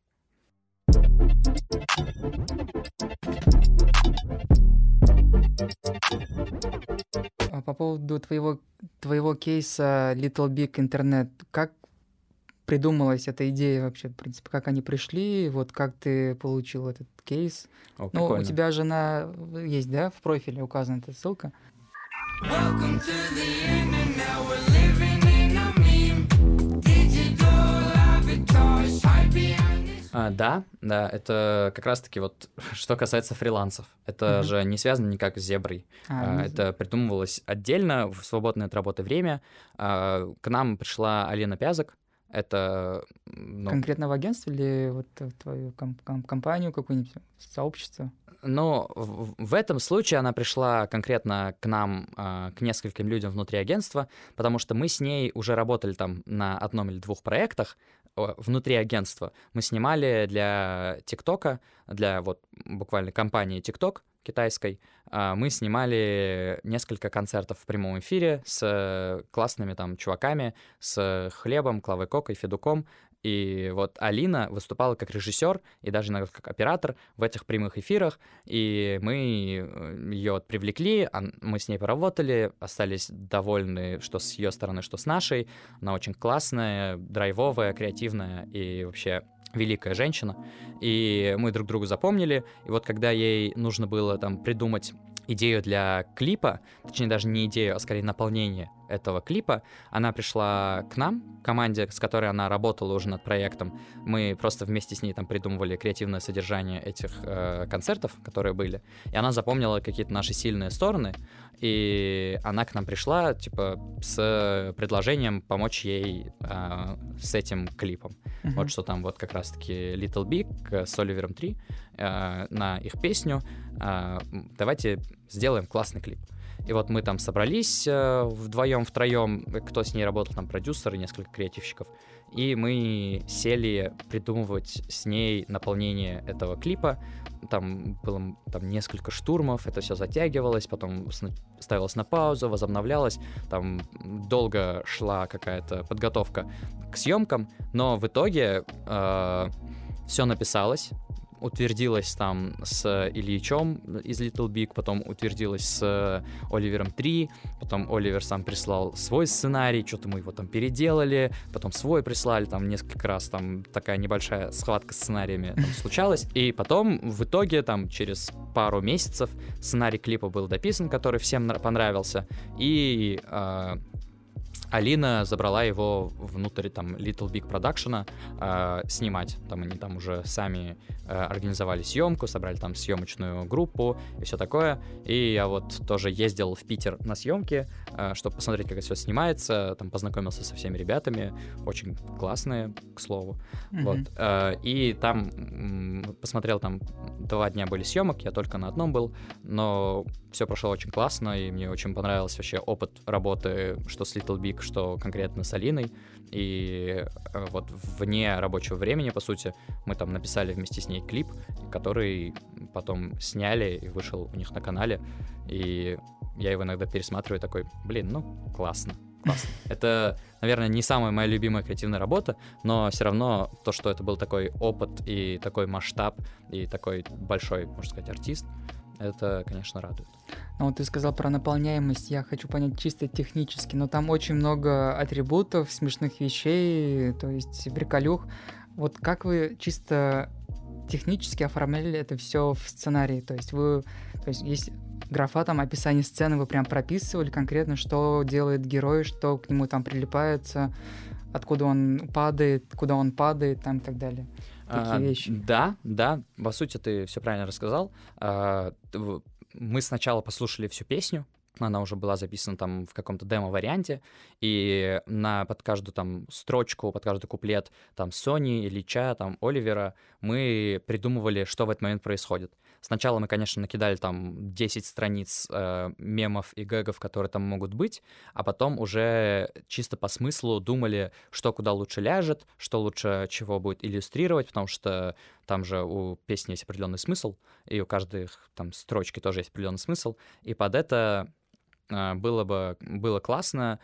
По поводу твоего кейса Little Big Internet, как придумалась эта идея вообще, в принципе, как они пришли, вот как ты получил этот кейс? У тебя же она есть, да, в профиле указана эта ссылка? Да, это как раз-таки вот что касается фрилансов. Это же не связано никак с Зеброй. Это придумывалось отдельно, в свободное от работы время. К нам пришла Алина Пязок. Это... Конкретно в агентство или вот в твою компанию, какое-нибудь сообщество? Ну, в этом случае она пришла конкретно к нам, к нескольким людям внутри агентства, потому что мы с ней уже работали там на одном или двух проектах внутри агентства. Мы снимали для ТикТока, для вот буквально компании ТикТок китайской, мы снимали несколько концертов в прямом эфире с классными там чуваками, с Хлебом, Клавой Кокой, Федуком, И вот Алина выступала как режиссер и даже иногда как оператор в этих прямых эфирах, и мы ее привлекли, мы с ней поработали, остались довольны, что с ее стороны, что с нашей. Она очень классная, драйвовая, креативная и вообще великая женщина. И мы друг другу запомнили, и вот когда ей нужно было там придумать идею для клипа, точнее даже не идею, а скорее наполнение этого клипа, она пришла к нам, команде, с которой она работала уже над проектом. Мы просто вместе с ней там придумывали креативное содержание этих концертов, которые были, и она запомнила какие-то наши сильные стороны, и она к нам пришла, типа, с предложением помочь ей с этим клипом. Вот что там вот как раз-таки Little Big с Оливером 3 на их песню. Давайте сделаем классный клип. И вот мы там собрались вдвоем-втроем, кто с ней работал, там продюсеры, несколько креативщиков, и мы сели придумывать с ней наполнение этого клипа. Там было несколько штурмов, это все затягивалось, потом ставилось на паузу, возобновлялось, там долго шла какая-то подготовка к съемкам, но в итоге все написалось, утвердилась там с Ильичом из Little Big, потом утвердилась с Оливером 3, потом Оливер сам прислал свой сценарий, что-то мы его там переделали, потом свой прислали, там несколько раз там такая небольшая схватка с сценариями там случалась, и потом в итоге там через пару месяцев сценарий клипа был дописан, который всем понравился, и Алина забрала его внутрь там Little Big Production снимать. Там они там уже сами организовали съемку, собрали там съемочную группу и все такое. И я вот тоже ездил в Питер на съемки, чтобы посмотреть, как это все снимается. Там познакомился со всеми ребятами, очень классные, к слову. Вот. И там посмотрел, там 2 дня были съемок, я только на одном был, но все прошло очень классно, и мне очень понравился вообще опыт работы, что с Little Big, что конкретно с Алиной. И вот вне рабочего времени, по сути, мы там написали вместе с ней клип, который потом сняли и вышел у них на канале. И я его иногда пересматриваю, такой, классно. Это, наверное, не самая моя любимая креативная работа, но все равно то, что это был такой опыт и такой масштаб, и такой большой, можно сказать, артист, это, конечно, радует. Ну, вот ты сказал про наполняемость, я хочу понять чисто технически, но там очень много атрибутов, смешных вещей, то есть приколюх. Вот как вы чисто технически оформляли это все в сценарии? То есть есть графа, там, описание сцены, вы прям прописывали конкретно, что делает герой, что к нему там прилипается, откуда он падает, куда он падает, там и так далее. Такие вещи. Да, по сути, ты все правильно рассказал. Мы сначала послушали всю песню, она уже была записана там в каком-то демо-варианте, и под каждую там строчку, под каждый куплет там Сони, Ильича, там Оливера мы придумывали, что в этот момент происходит. Сначала мы, конечно, накидали там 10 страниц мемов и гэгов, которые там могут быть, а потом уже чисто по смыслу думали, что куда лучше ляжет, что лучше чего будет иллюстрировать, потому что там же у песни есть определенный смысл, и у каждой там строчки тоже есть определенный смысл, и под это было классно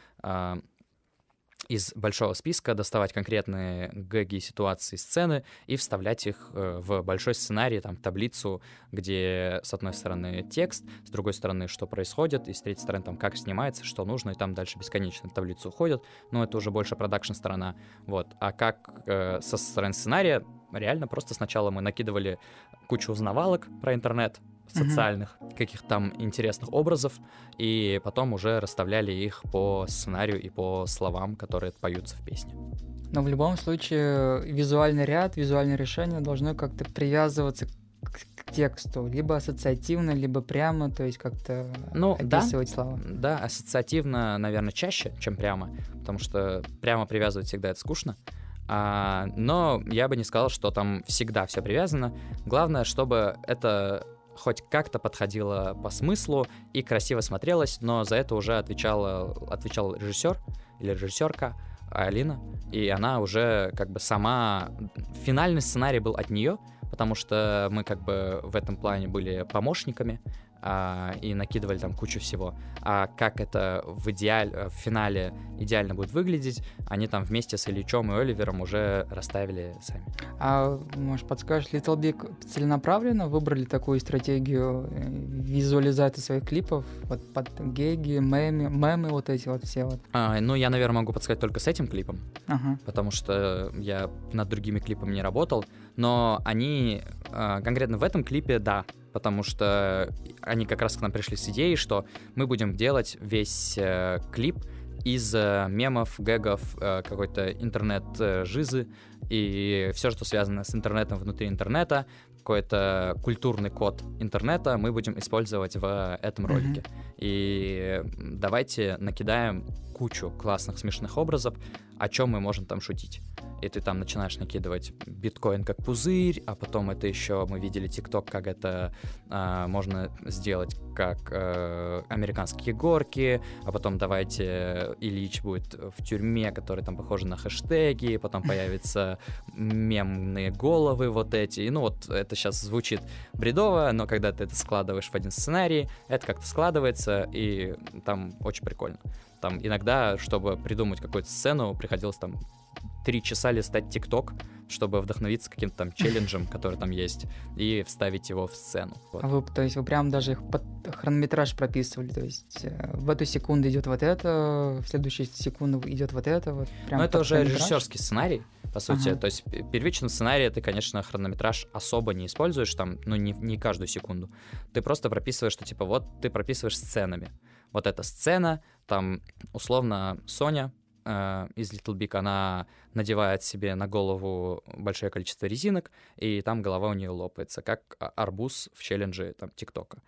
из большого списка доставать конкретные гэги, ситуации, сцены и вставлять их в большой сценарий, там, таблицу, где с одной стороны текст, с другой стороны, что происходит, и с третьей стороны, там, как снимается, что нужно, и там дальше бесконечно таблицы уходят, но это уже больше продакшн-сторона, вот. А как со стороны сценария, реально просто сначала мы накидывали кучу узнавалок про интернет, социальных, каких-то там интересных образов, и потом уже расставляли их по сценарию и по словам, которые поются в песне. Но в любом случае визуальный ряд, визуальное решение должно как-то привязываться к тексту, либо ассоциативно, либо прямо, то есть как-то описывать слова. Да, ассоциативно, наверное, чаще, чем прямо, потому что прямо привязывать всегда это скучно. Но я бы не сказал, что там всегда все привязано. Главное, чтобы это хоть как-то подходило по смыслу и красиво смотрелось, но за это уже отвечал режиссер или режиссерка Алина, и она уже как бы сама... Финальный сценарий был от нее, потому что мы как бы в этом плане были помощниками, и накидывали там кучу всего. А как это в финале идеально будет выглядеть, они там вместе с Ильичом и Оливером уже расставили сами. А, может, подскажешь, Little Big целенаправленно выбрали такую стратегию визуализации своих клипов, вот под геги, мемы вот эти вот все вот? Ну, я, наверное, могу подсказать только с этим клипом, Ага. потому что я над другими клипами не работал, но они конкретно в этом клипе, да, потому что они как раз к нам пришли с идеей, что мы будем делать весь клип из мемов, гэгов, какой-то интернет-жизы и все, что связано с интернетом внутри интернета, какой-то культурный код интернета мы будем использовать в этом ролике. И давайте накидаем кучу классных смешных образов, о чем мы можем там шутить. И ты там начинаешь накидывать биткоин как пузырь, а потом это еще мы видели ТикТок, как это можно сделать как американские горки, а потом давайте Ильич будет в тюрьме, который там похожи на хэштеги, потом появятся мемные головы вот эти. И ну вот это сейчас звучит бредово, но когда ты это складываешь в один сценарий, это как-то складывается, и там очень прикольно. Там иногда, чтобы придумать какую-то сцену, приходилось там 3 часа листать ТикТок, чтобы вдохновиться каким-то там челленджем, который там есть, и вставить его в сцену. Вот. А вы прям даже их под хронометраж прописывали, то есть в эту секунду идет вот это, в следующую секунду идет вот это, вот прям. Но это уже хронометраж? режиссерский сценарий, по сути. То есть в первичном сценарии ты, конечно, хронометраж особо не используешь, там, ну, не каждую секунду. Ты просто прописываешь, что типа вот ты прописываешь сценами. Вот эта сцена, там, условно, Соня из Little Big, она надевает себе на голову большое количество резинок, и там голова у нее лопается, как арбуз в челлендже там ТикТока.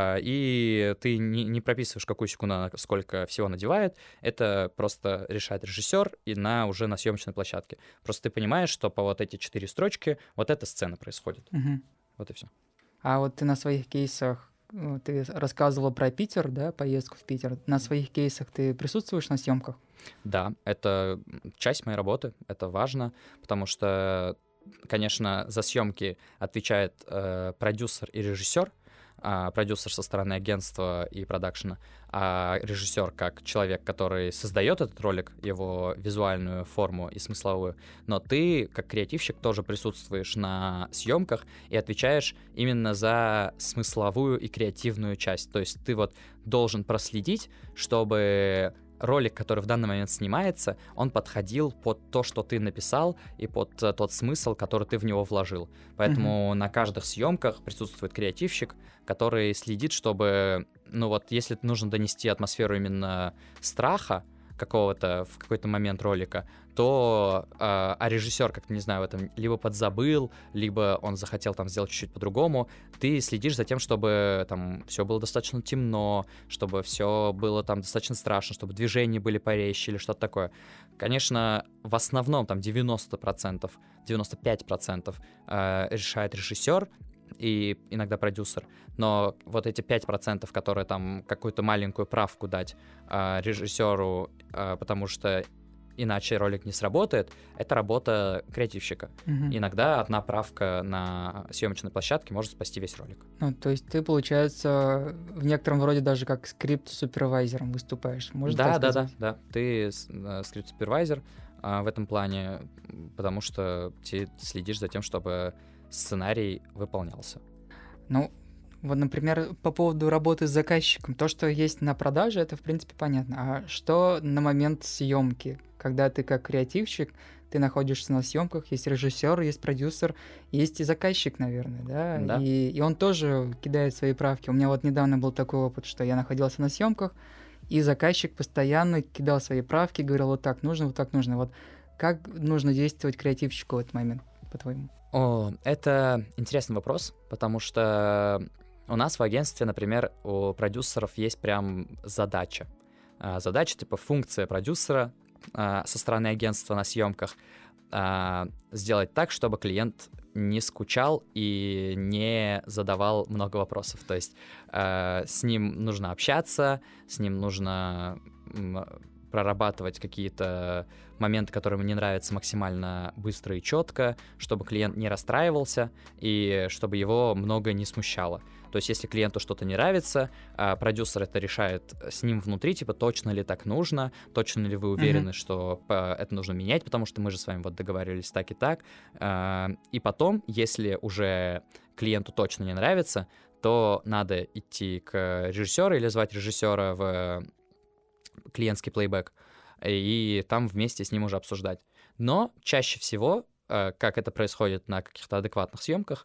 И ты не прописываешь, какую секунду она сколько всего надевает, это просто решает режиссер и уже на съемочной площадке. Просто ты понимаешь, что по вот эти 4 строчки вот эта сцена происходит. Вот и все. А вот ты на своих кейсах, ты рассказывал про Питер, да, поездку в Питер. На своих кейсах ты присутствуешь на съемках? Да, это часть моей работы, это важно, потому что, конечно, за съемки отвечает продюсер и режиссер, продюсер со стороны агентства и продакшена, а режиссер как человек, который создает этот ролик, его визуальную форму и смысловую. Но ты, как креативщик, тоже присутствуешь на съемках и отвечаешь именно за смысловую и креативную часть. То есть ты вот должен проследить, чтобы ролик, который в данный момент снимается, он подходил под то, что ты написал, и под тот смысл, который ты в него вложил. Поэтому на каждых съемках присутствует креативщик, который следит, чтобы, ну вот, если нужно донести атмосферу именно страха какого-то в какой-то момент ролика, то режиссер, как-то, не знаю, в этом либо подзабыл, либо он захотел там сделать чуть-чуть по-другому, ты следишь за тем, чтобы там все было достаточно темно, чтобы все было там достаточно страшно, чтобы движения были порезче или что-то такое. Конечно, в основном там 90%, 95% решает режиссер и иногда продюсер, но вот эти 5%, которые там какую-то маленькую правку дать режиссеру, потому что иначе ролик не сработает, это работа креативщика. Иногда одна правка на съемочной площадке может спасти весь ролик. Ну, то есть ты, получается, в некотором роде даже как скрипт-супервайзером выступаешь. Можно так сказать? Да. Ты скрипт-супервайзер в этом плане, потому что ты следишь за тем, чтобы сценарий выполнялся. Ну, вот, например, по поводу работы с заказчиком. То, что есть на продаже, это, в принципе, понятно. А что на момент съемки? Когда ты как креативщик, ты находишься на съемках, есть режиссер, есть продюсер, есть и заказчик, наверное, да? Да. И он тоже кидает свои правки. У меня вот недавно был такой опыт, что я находился на съемках, и заказчик постоянно кидал свои правки, говорил, вот так нужно, вот так нужно. Вот как нужно действовать креативщику в этот момент, по-твоему? Это интересный вопрос, потому что у нас в агентстве, например, у продюсеров есть прям задача. Задача, типа функция продюсера со стороны агентства на съемках сделать так, чтобы клиент не скучал и не задавал много вопросов. То есть с ним нужно общаться, с ним нужно прорабатывать какие-то моменты, которые ему не нравятся, максимально быстро и четко, чтобы клиент не расстраивался и чтобы его многое не смущало. То есть если клиенту что-то не нравится, продюсер это решает с ним внутри, типа, точно ли так нужно, точно ли вы уверены, что это нужно менять, потому что мы же с вами вот договаривались так и так. И потом, если уже клиенту точно не нравится, то надо идти к режиссеру или звать режиссера в клиентский плейбэк, и там вместе с ним уже обсуждать. Но чаще всего, как это происходит на каких-то адекватных съемках,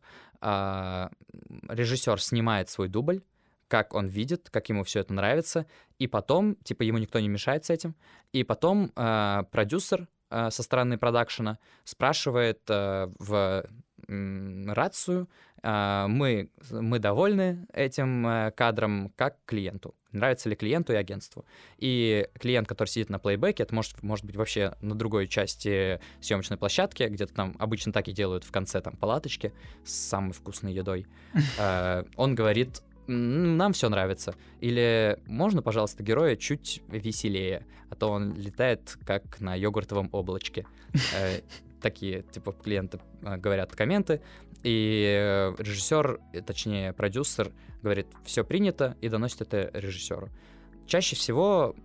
режиссер снимает свой дубль, как он видит, как ему все это нравится, и потом, типа, ему никто не мешает с этим, и потом продюсер со стороны продакшена спрашивает в рацию, мы довольны этим кадром, как клиенту. Нравится ли клиенту и агентству. И клиент, который сидит на плейбеке, это может быть вообще на другой части съемочной площадки, где-то там обычно так и делают в конце там палаточки с самой вкусной едой. Он говорит: нам все нравится. Или можно, пожалуйста, героя чуть веселее, а то он летает как на йогуртовом облачке. Такие, типа, клиенты говорят комменты, и режиссер, точнее, продюсер говорит: все принято, и доносит это режиссеру. Чаще всего,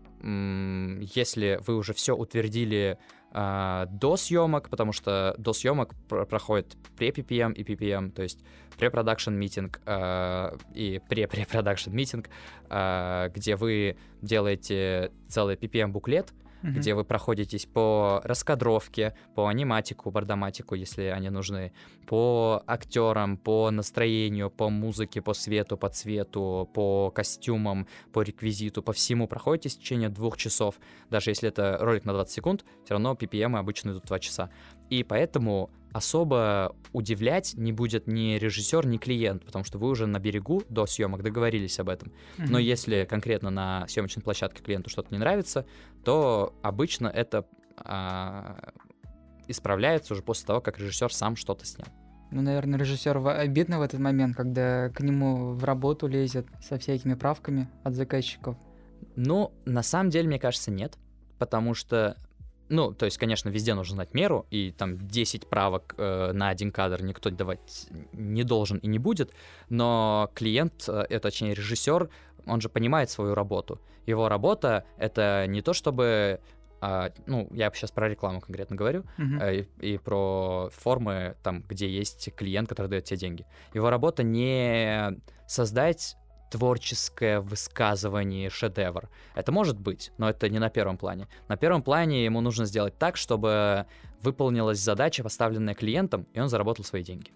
если вы уже все утвердили до съемок, потому что до съемок проходит пре-PPM и PPM, то есть pre-production митинг и pre-pre-production митинг, где вы делаете целый PPM-буклет, где вы проходитесь по раскадровке, по аниматику, бардоматику, если они нужны, по актерам, по настроению, по музыке, по свету, по цвету, по костюмам, по реквизиту, по всему проходитесь в течение 2 часов. Даже если это ролик на 20 секунд, все равно PPM обычно идут 2 часа. И поэтому особо удивлять не будет ни режиссер, ни клиент, потому что вы уже на берегу до съемок договорились об этом. Но если конкретно на съемочной площадке клиенту что-то не нравится, то обычно это исправляется уже после того, как режиссер сам что-то снял. Ну, наверное, режиссеру обидно в этот момент, когда к нему в работу лезет со всякими правками от заказчиков. Ну, на самом деле, мне кажется, нет, потому что ну, то есть, конечно, везде нужно знать меру, и там 10 правок на один кадр никто давать не должен и не будет, но клиент, точнее режиссер, он же понимает свою работу. Его работа — это не то, чтобы... ну, я сейчас про рекламу конкретно говорю, и про формы, там, где есть клиент, который дает тебе деньги. Его работа не создать творческое высказывание, шедевр. Это может быть, но это не на первом плане. На первом плане ему нужно сделать так, чтобы выполнилась задача, поставленная клиентом, и он заработал свои деньги.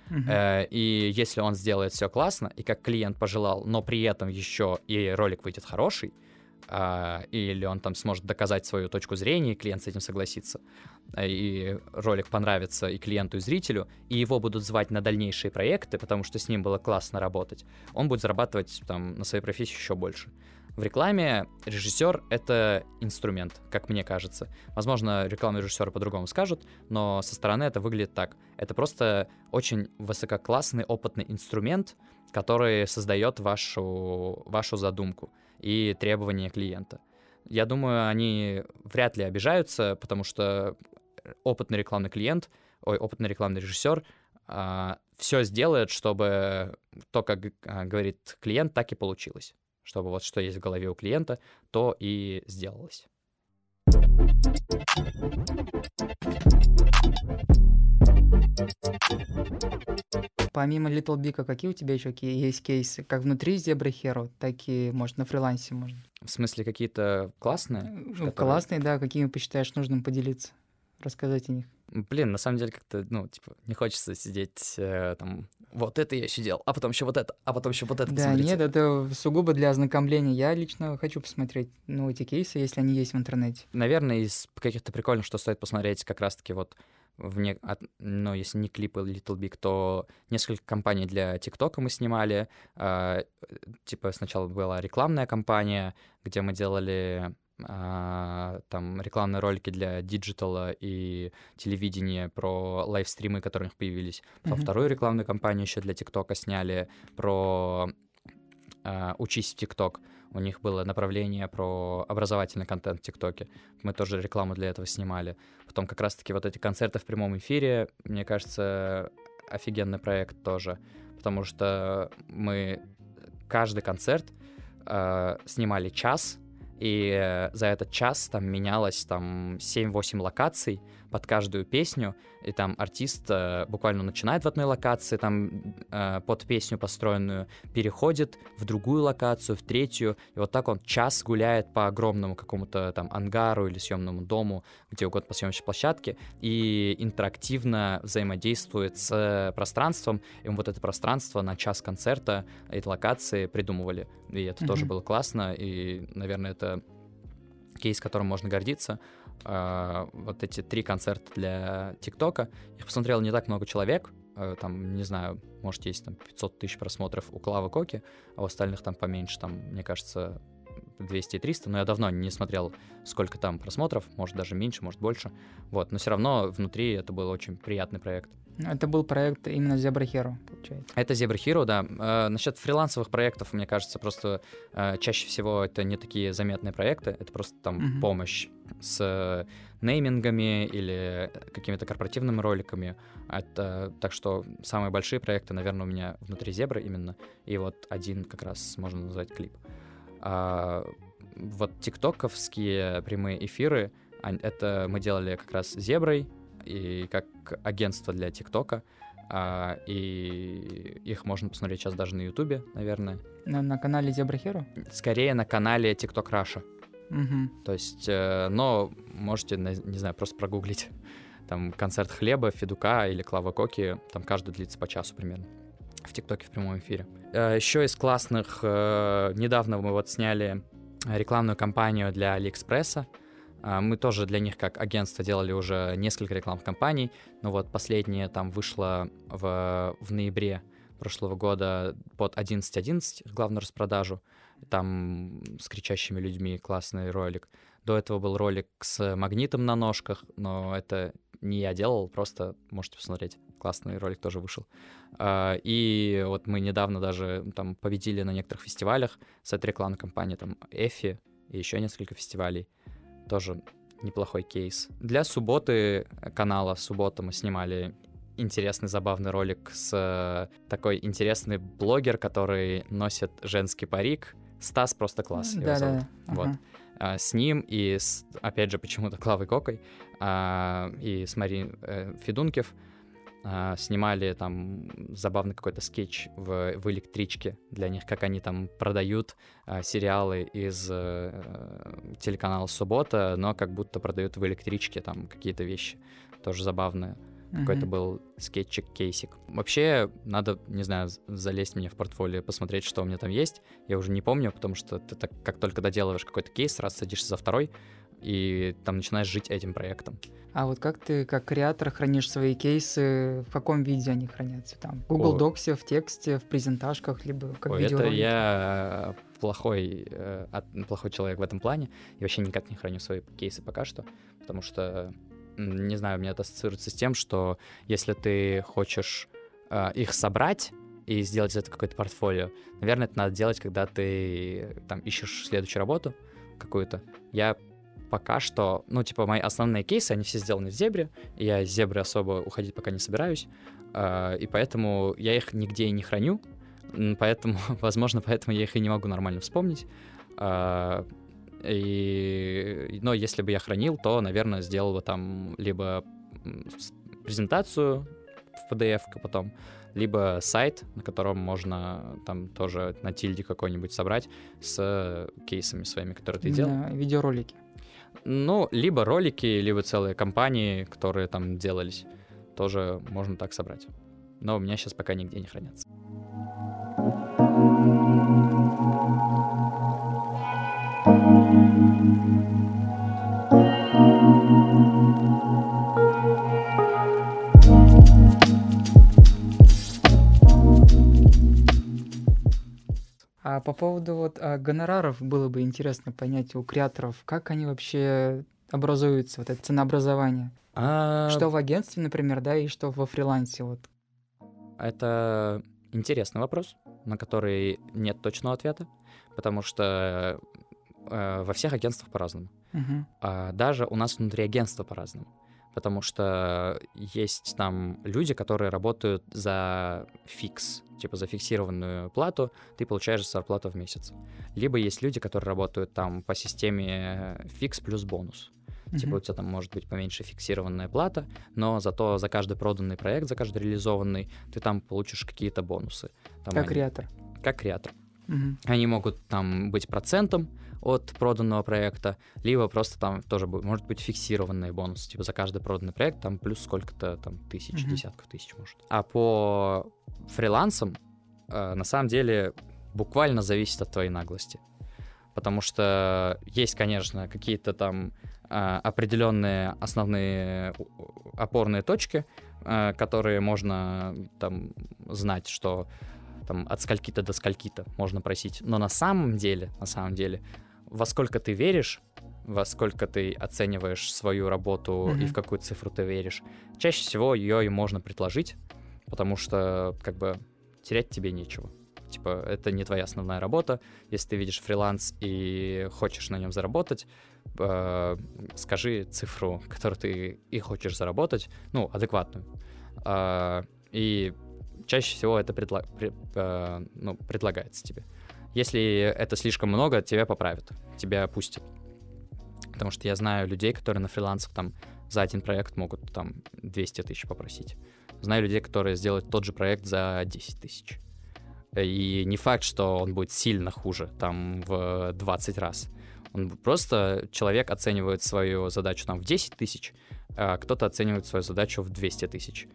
И если он сделает все классно, и как клиент пожелал, но при этом еще и ролик выйдет хороший, или он там сможет доказать свою точку зрения, и клиент с этим согласится, и ролик понравится и клиенту, и зрителю, и его будут звать на дальнейшие проекты, потому что с ним было классно работать, он будет зарабатывать там на своей профессии еще больше. В рекламе режиссер — это инструмент, как мне кажется. Возможно, рекламные режиссеры по-другому скажут, но со стороны это выглядит так. Это просто очень высококлассный, опытный инструмент, который создает вашу задумку и требования клиента. Я думаю, они вряд ли обижаются, потому что опытный рекламный режиссер все сделает, чтобы то, как говорит клиент, так и получилось. Чтобы вот что есть в голове у клиента, то и сделалось. Помимо Little Big, какие у тебя еще есть кейсы? Как внутри Zebra Hero, так и, может, на фрилансе можно. В смысле, какие-то классные? Классные, да. Какими посчитаешь нужным поделиться? Рассказать о них. Блин, на самом деле как-то, не хочется сидеть там, вот это я еще делал, а потом еще вот это, а потом еще вот это. Да, посмотрите. Нет, это сугубо для ознакомления. Я лично хочу посмотреть, эти кейсы, если они есть в интернете. Наверное, из каких-то прикольных, что стоит посмотреть, как раз-таки вот если не клипы Little Big, то несколько кампаний для ТикТока мы снимали. Сначала была рекламная кампания, где мы делали там рекламные ролики для диджитала и телевидения про лайвстримы, которые у них появились. Потом вторую рекламную кампанию еще для ТикТока сняли про «Учись в ТикТок». У них было направление про образовательный контент в ТикТоке. Мы тоже рекламу для этого снимали. Потом как раз-таки вот эти концерты в прямом эфире, мне кажется, офигенный проект тоже. Потому что мы каждый концерт снимали час, и за этот час там менялось там 7-8 локаций под каждую песню, и там артист буквально начинает в одной локации, там под песню построенную, переходит в другую локацию, в третью, и вот так он час гуляет по огромному какому-то там ангару или съемному дому, где угодно по съемочной площадке, и интерактивно взаимодействует с пространством, и вот это пространство на час концерта этой локации придумывали, и это тоже было классно, и, наверное, это кейс, которым можно гордиться. Вот эти 3 концерта для ТикТока, их посмотрело не так много человек, там, не знаю, может, есть там 500 тысяч просмотров у Клавы Коки, а у остальных там поменьше, там, мне кажется, 200 и 300, но я давно не смотрел, сколько там просмотров, может, даже меньше, может, больше, вот, но все равно внутри это был очень приятный проект. Это был проект именно Zebra Hero, получается. Это Zebra Hero, да. Насчет фрилансовых проектов, мне кажется, просто чаще всего это не такие заметные проекты, это просто там помощь с неймингами или какими-то корпоративными роликами. Так что самые большие проекты, наверное, у меня внутри Zebra именно, и вот один как раз можно назвать клип. Вот тиктоковские прямые эфиры, это мы делали как раз с Zebra, и как агентство для ТикТока, и их можно посмотреть сейчас даже на Ютубе, наверное. На канале Zebra Hero? Скорее на канале TikTok Russia. То есть, но можете, не знаю, просто прогуглить. Там концерт Хлеба, Федука или Клава Коки, там каждый длится по часу примерно в ТикТоке в прямом эфире. Еще из классных, недавно мы вот сняли рекламную кампанию для Алиэкспресса. Мы тоже для них как агентство делали уже несколько рекламных кампаний, но вот последняя там вышла в ноябре прошлого года под 11.11, главную распродажу, там с кричащими людьми, классный ролик. До этого был ролик с магнитом на ножках, но это не я делал, просто можете посмотреть, классный ролик тоже вышел. И вот мы недавно даже там победили на некоторых фестивалях с этой рекламной кампанией, там Эфи и еще несколько фестивалей. Тоже неплохой кейс. Для субботы канала «Суббота» мы снимали интересный, забавный ролик с такой интересный блогер, который носит женский парик. Стас просто класс, его зовут. Вот. С ним и, опять же, почему-то Клавой Кокой и с Марией Федункив снимали там забавный какой-то скетч в электричке для них, как они там продают сериалы из телеканала «Суббота», но как будто продают в электричке там какие-то вещи. Тоже забавное. Какой-то был скетчик-кейсик. Вообще, надо, не знаю, залезть мне в портфолио, посмотреть, что у меня там есть. Я уже не помню, потому что ты так, как только доделываешь какой-то кейс, сразу садишься за второй, и там начинаешь жить этим проектом. А вот как ты, как креатор, хранишь свои кейсы? В каком виде они хранятся? Там, в Google Docs, в тексте, в презентажках, либо как видеоролики? Это я плохой человек в этом плане. Я вообще никак не храню свои кейсы пока что, потому что, не знаю, у меня это ассоциируется с тем, что если ты хочешь их собрать и сделать из этого какое-то портфолио, наверное, это надо делать, когда ты там ищешь следующую работу какую-то. Я пока что, мои основные кейсы, они все сделаны в Зебре, я из Зебры особо уходить пока не собираюсь, и поэтому я их нигде и не храню, поэтому, возможно, поэтому я их и не могу нормально вспомнить, но если бы я хранил, то, наверное, сделал бы там либо презентацию в PDF потом, либо сайт, на котором можно там тоже на тильде какой-нибудь собрать с кейсами своими, которые ты делал. Видеоролики. Либо ролики, либо целые компании, которые там делались, тоже можно так собрать. Но у меня сейчас пока нигде не хранятся. А по поводу гонораров было бы интересно понять у креаторов, как они вообще образуются, вот это ценообразование. Что в агентстве, например, да, и что во фрилансе. Вот. Это интересный вопрос, на который нет точного ответа, потому что во всех агентствах по-разному. Даже у нас внутри агентства по-разному. Потому что есть там люди, которые работают за фикс, типа за фиксированную плату, ты получаешь зарплату в месяц. Либо есть люди, которые работают там по системе фикс плюс бонус. Типа у тебя там может быть поменьше фиксированная плата, но зато за каждый проданный проект, за каждый реализованный, ты там получишь какие-то бонусы. Там как креатор. Как креатор. Они могут там быть процентом от проданного проекта, либо просто там тоже может быть фиксированный бонус, типа за каждый проданный проект там плюс сколько-то там тысяч, десятков тысяч может. А по фрилансам на самом деле буквально зависит от твоей наглости. Потому что есть, конечно, какие-то там определенные основные опорные точки, которые можно там знать, что там от скольки-то до скольки-то можно просить. Но на самом деле, во сколько ты веришь, во сколько ты оцениваешь свою работу и в какую цифру ты веришь, чаще всего ее и можно предложить, потому что как бы терять тебе нечего. Типа, это не твоя основная работа. Если ты видишь фриланс и хочешь на нем заработать, скажи цифру, которую ты и хочешь заработать, ну, адекватную. И чаще всего это предлагается тебе. Если это слишком много, тебя поправят, тебя опустят. Потому что я знаю людей, которые на фрилансах там за один проект могут там 200 тысяч попросить. Знаю людей, которые сделают тот же проект за 10 тысяч. И не факт, что он будет сильно хуже, там, в 20 раз. Он просто, человек оценивает свою задачу там в 10 тысяч, а кто-то оценивает свою задачу в 200 тысяч.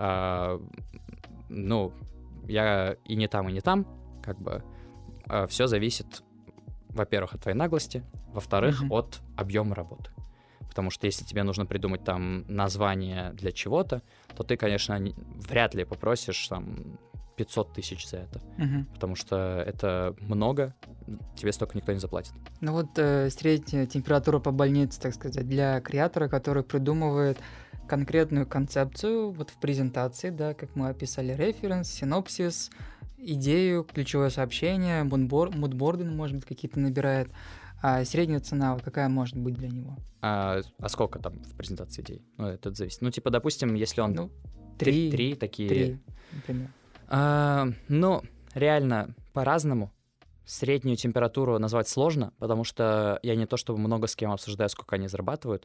Ну, я и не там, как бы. Все зависит, во-первых, от твоей наглости, во-вторых, от объема работы. Потому что если тебе нужно придумать там название для чего-то, то ты, конечно, вряд ли попросишь там 500 тысяч за это. Потому что это много, тебе столько никто не заплатит. Ну вот средняя температура по больнице, так сказать, для креатора, который придумывает конкретную концепцию вот в презентации, да, как мы описали, референс, синопсис, идею, ключевое сообщение, мудборды, может быть, какие-то набирает. А средняя цена, вот какая может быть для него? А сколько там в презентации идей? Ну, это зависит. Ну, типа, допустим, если он... Ну, три такие... 3, например. Ну, реально, по-разному. Среднюю температуру назвать сложно, потому что я не то чтобы много с кем обсуждаю, сколько они зарабатывают.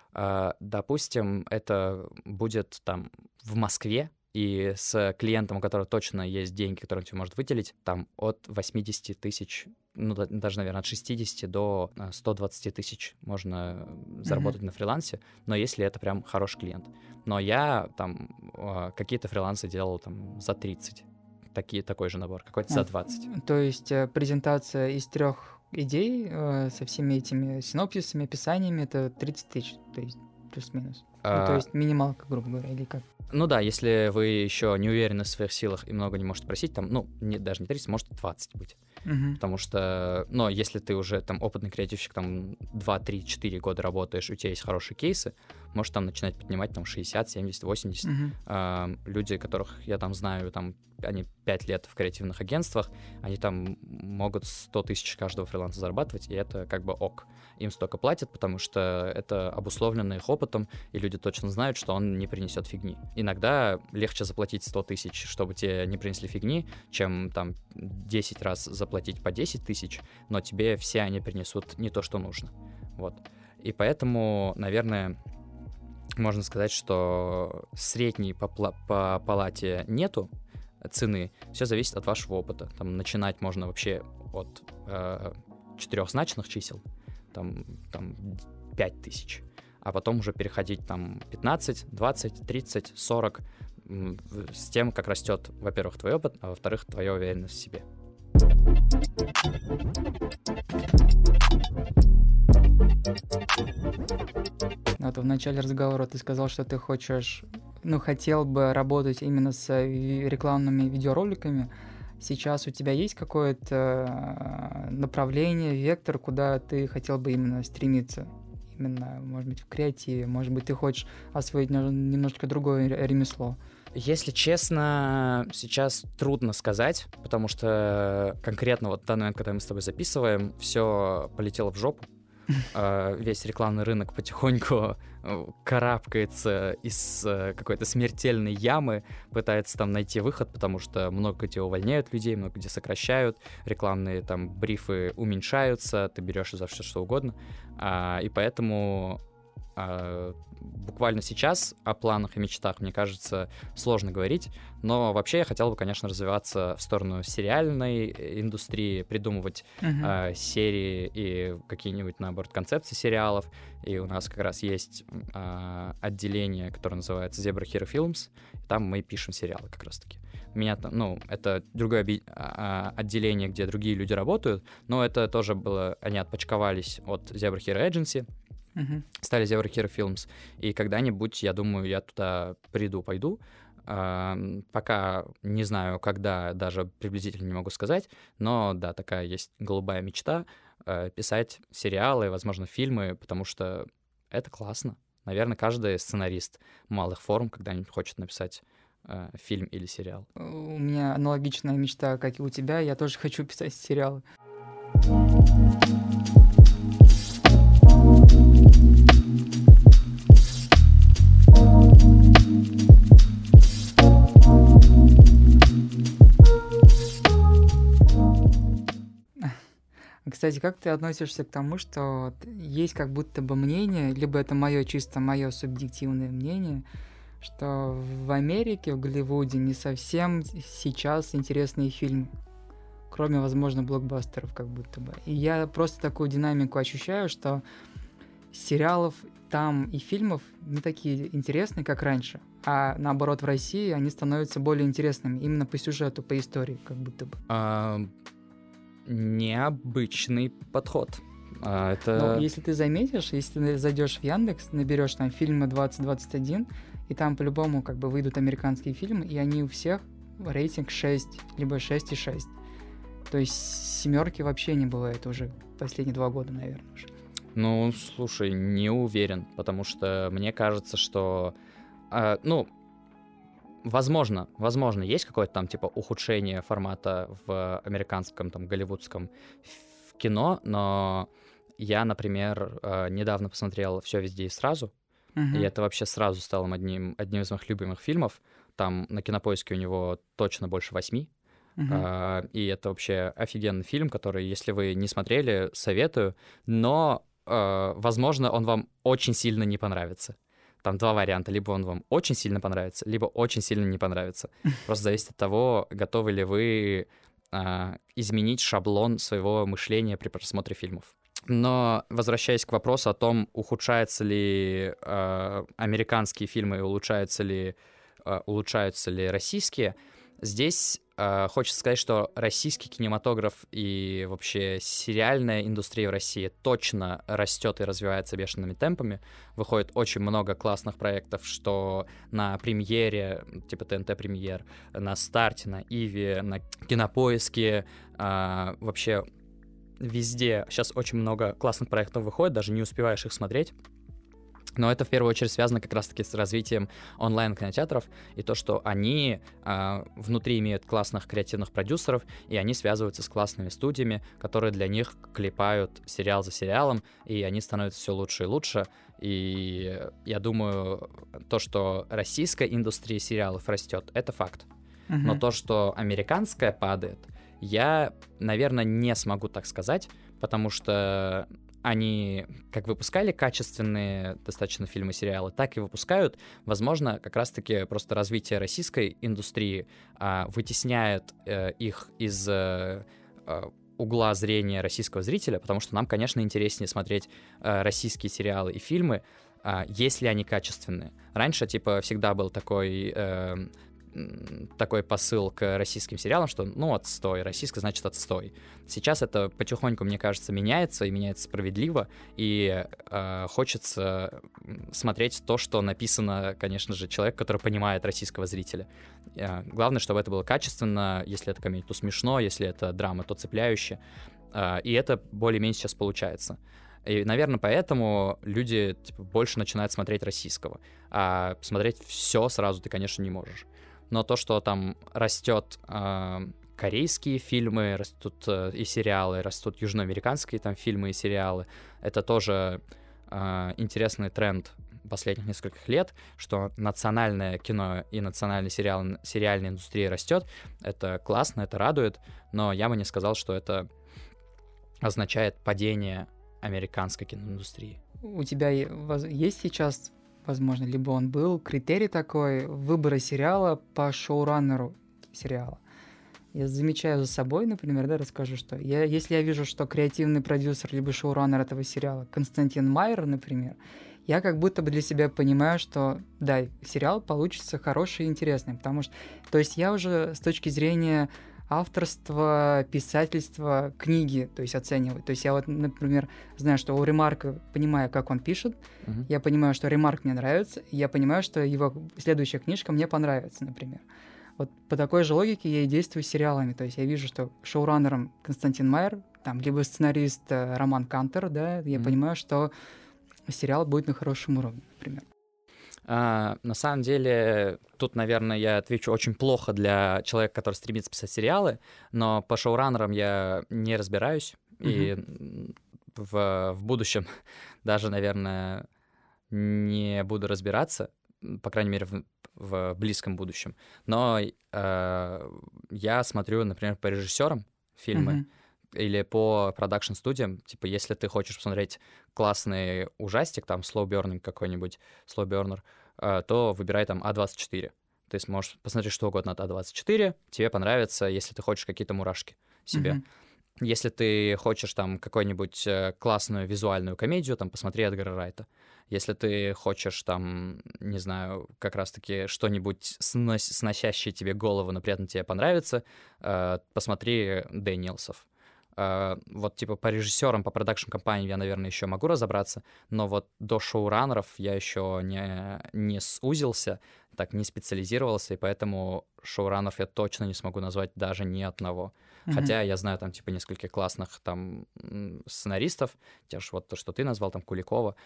Допустим, это будет там в Москве, и с клиентом, у которого точно есть деньги, которые он тебе может выделить, там от 80 тысяч, ну, даже, наверное, от 60 до 120 тысяч можно заработать на фрилансе, но если это прям хороший клиент. Но я там какие-то фрилансы делал там за 30, такой же набор, какой-то за 20. То есть презентация из 3 идей со всеми этими синопсисами, описаниями, это 30 тысяч, то есть плюс-минус. Ну, то есть минималка, грубо говоря, или как? Ну да, если вы еще не уверены в своих силах и много не можете просить, там, ну, даже не 30, может 20 быть. Потому что, ну, если ты уже там опытный креативщик, там 2, 3, 4 года работаешь, у тебя есть хорошие кейсы, можешь там начинать поднимать там 60, 70, 80. Люди, которых я там знаю, там, они 5 лет в креативных агентствах, они там могут 100 тысяч каждого фриланса зарабатывать, и это как бы ок. Им столько платят, потому что это обусловлено их опытом, и люди точно знают, что он не принесет фигни. Иногда легче заплатить 100 тысяч, чтобы тебе не принесли фигни, чем там 10 раз заплатить по 10 тысяч, но тебе все они принесут не то, что нужно. Вот. И поэтому, наверное, можно сказать, что средней по палате нету цены, все зависит от вашего опыта. Там начинать можно вообще от 4-значных чисел, там 5 тысяч, а потом уже переходить там 15, 20, 30, 40 с тем, как растет, во-первых, твой опыт, а во-вторых, твоя уверенность в себе. Вот в начале разговора ты сказал, что ты хотел бы работать именно с рекламными видеороликами. Сейчас у тебя есть какое-то направление, вектор, куда ты хотел бы именно стремиться? Именно, может быть, в креативе, может быть, ты хочешь освоить немножко другое ремесло. Если честно, сейчас трудно сказать, потому что конкретно вот в данный момент, когда мы с тобой записываем, все полетело в жопу. Весь рекламный рынок потихоньку карабкается из какой-то смертельной ямы, пытается там найти выход, потому что много где увольняют людей, много где сокращают, рекламные там брифы уменьшаются, ты берешь за все что угодно, и поэтому буквально сейчас о планах и мечтах, мне кажется, сложно говорить, но вообще я хотел бы, конечно, развиваться в сторону сериальной индустрии, придумывать серии и какие-нибудь, наоборот, концепции сериалов, и у нас как раз есть отделение, которое называется Zebra Hero Films, там мы пишем сериалы как раз-таки. Меня там, ну, это другое отделение, где другие люди работают, но это тоже было, они отпочковались от Zebra Hero Agency, стали Zebra Hero Films, и когда-нибудь, я думаю, я туда пойду. Пока не знаю, когда, даже приблизительно не могу сказать, но да, такая есть голубая мечта писать сериалы, возможно, фильмы, потому что это классно. Наверное, каждый сценарист малых форм когда-нибудь хочет написать фильм или сериал. У меня аналогичная мечта, как и у тебя. Я тоже хочу писать сериалы. Кстати, как ты относишься к тому, что есть как будто бы мнение, либо это чисто мое субъективное мнение, что в Америке, в Голливуде не совсем сейчас интересные фильмы, кроме, возможно, блокбастеров как будто бы. И я просто такую динамику ощущаю, что сериалов там и фильмов не такие интересные, как раньше, а наоборот в России они становятся более интересными именно по сюжету, по истории как будто бы. Необычный подход. Но если ты заметишь, если ты зайдешь в Яндекс, наберешь там фильмы 2021, и там по-любому как бы выйдут американские фильмы, и они у всех рейтинг 6, либо 6,6. То есть 7 вообще не бывает уже последние 2 года, наверное, уже. Ну, слушай, не уверен, потому что мне кажется, что... Возможно, есть какое-то там типа ухудшение формата в американском, там, голливудском кино, но я, например, недавно посмотрел «Все везде и сразу», и это вообще сразу стало одним из моих любимых фильмов. Там на Кинопоиске у него точно больше 8. И это вообще офигенный фильм, который, если вы не смотрели, советую, но, возможно, он вам очень сильно не понравится. Там 2 варианта. Либо он вам очень сильно понравится, либо очень сильно не понравится. Просто зависит от того, готовы ли вы изменить шаблон своего мышления при просмотре фильмов. Но, возвращаясь к вопросу о том, ухудшаются ли американские фильмы и улучшаются ли российские, здесь хочется сказать, что российский кинематограф и вообще сериальная индустрия в России точно растет и развивается бешеными темпами. Выходит очень много классных проектов, что на премьере, типа ТНТ премьер, на Старте, на Иви, на Кинопоиске, вообще везде сейчас очень много классных проектов выходит, даже не успеваешь их смотреть. Но это в первую очередь связано как раз-таки с развитием онлайн-кинотеатров и то, что они внутри имеют классных креативных продюсеров, и они связываются с классными студиями, которые для них клепают сериал за сериалом, и они становятся все лучше и лучше. И я думаю, то, что российская индустрия сериалов растет, это факт. Но то, что американская падает, я, наверное, не смогу так сказать, потому что они как выпускали качественные достаточно фильмы и сериалы, так и выпускают. Возможно, как раз-таки просто развитие российской индустрии вытесняет их из угла зрения российского зрителя, потому что нам, конечно, интереснее смотреть российские сериалы и фильмы, если они качественные. Раньше, типа, всегда был такой посыл к российским сериалам, что, отстой, российское значит отстой. Сейчас это потихоньку, мне кажется, меняется, и меняется справедливо, и хочется смотреть то, что написано, конечно же, человек, который понимает российского зрителя. Главное, чтобы это было качественно, если это комедия, то смешно, если это драма, то цепляюще, и это более-менее сейчас получается. И, наверное, поэтому люди больше начинают смотреть российского, а смотреть все сразу ты, конечно, не можешь. но то, что там растет корейские фильмы, растут и сериалы, растут южноамериканские там фильмы и сериалы, это тоже интересный тренд последних нескольких лет, что национальное кино и национальная сериальная индустрия растет. Это классно, это радует, но я бы не сказал, что это означает падение американской киноиндустрии. У тебя есть сейчас, возможно, либо он был, критерий такой выбора сериала по шоураннеру сериала? Я замечаю за собой, например, расскажу, что если я вижу, что креативный продюсер либо шоураннер этого сериала Константин Майер, например, я как будто бы для себя понимаю, что да, сериал получится хороший и интересный, потому что, то есть я уже с точки зрения авторства, писательства, книги, то есть оцениваю. То есть я вот, например, знаю, что у Ремарка, понимаю, как он пишет, я понимаю, что Ремарк мне нравится, и я понимаю, что его следующая книжка мне понравится, например. Вот по такой же логике я и действую с сериалами. То есть я вижу, что шоураннером Константин Майер, там, либо сценарист Роман Кантер, да, я понимаю, что сериал будет на хорошем уровне, например. На самом деле, тут, наверное, я отвечу очень плохо для человека, который стремится писать сериалы, но по шоураннерам я не разбираюсь, и в будущем даже, наверное, не буду разбираться, по крайней мере, в близком будущем. Но я смотрю, например, по режиссерам фильмы или по продакшн-студиям. Типа, если ты хочешь посмотреть классный ужастик, там, слоу-бернинг какой-нибудь, слоу-бернер, то выбирай там А24. Ты сможешь посмотреть что угодно от А24, тебе понравится, если ты хочешь какие-то мурашки себе. Если ты хочешь там какую-нибудь классную визуальную комедию, там, посмотри Эдгара Райта. Если ты хочешь там, не знаю, как раз-таки что-нибудь сносящее тебе голову, но при этом тебе понравится, посмотри Дэниелсов. Вот типа по режиссерам, по продакшн-компаниям я, наверное, еще могу разобраться, но вот до шоураннеров я еще не сузился, так не специализировался, и поэтому шоураннеров я точно не смогу назвать даже ни одного. Хотя я знаю там типа нескольких классных там сценаристов, те же вот то, что ты назвал, там Куликова,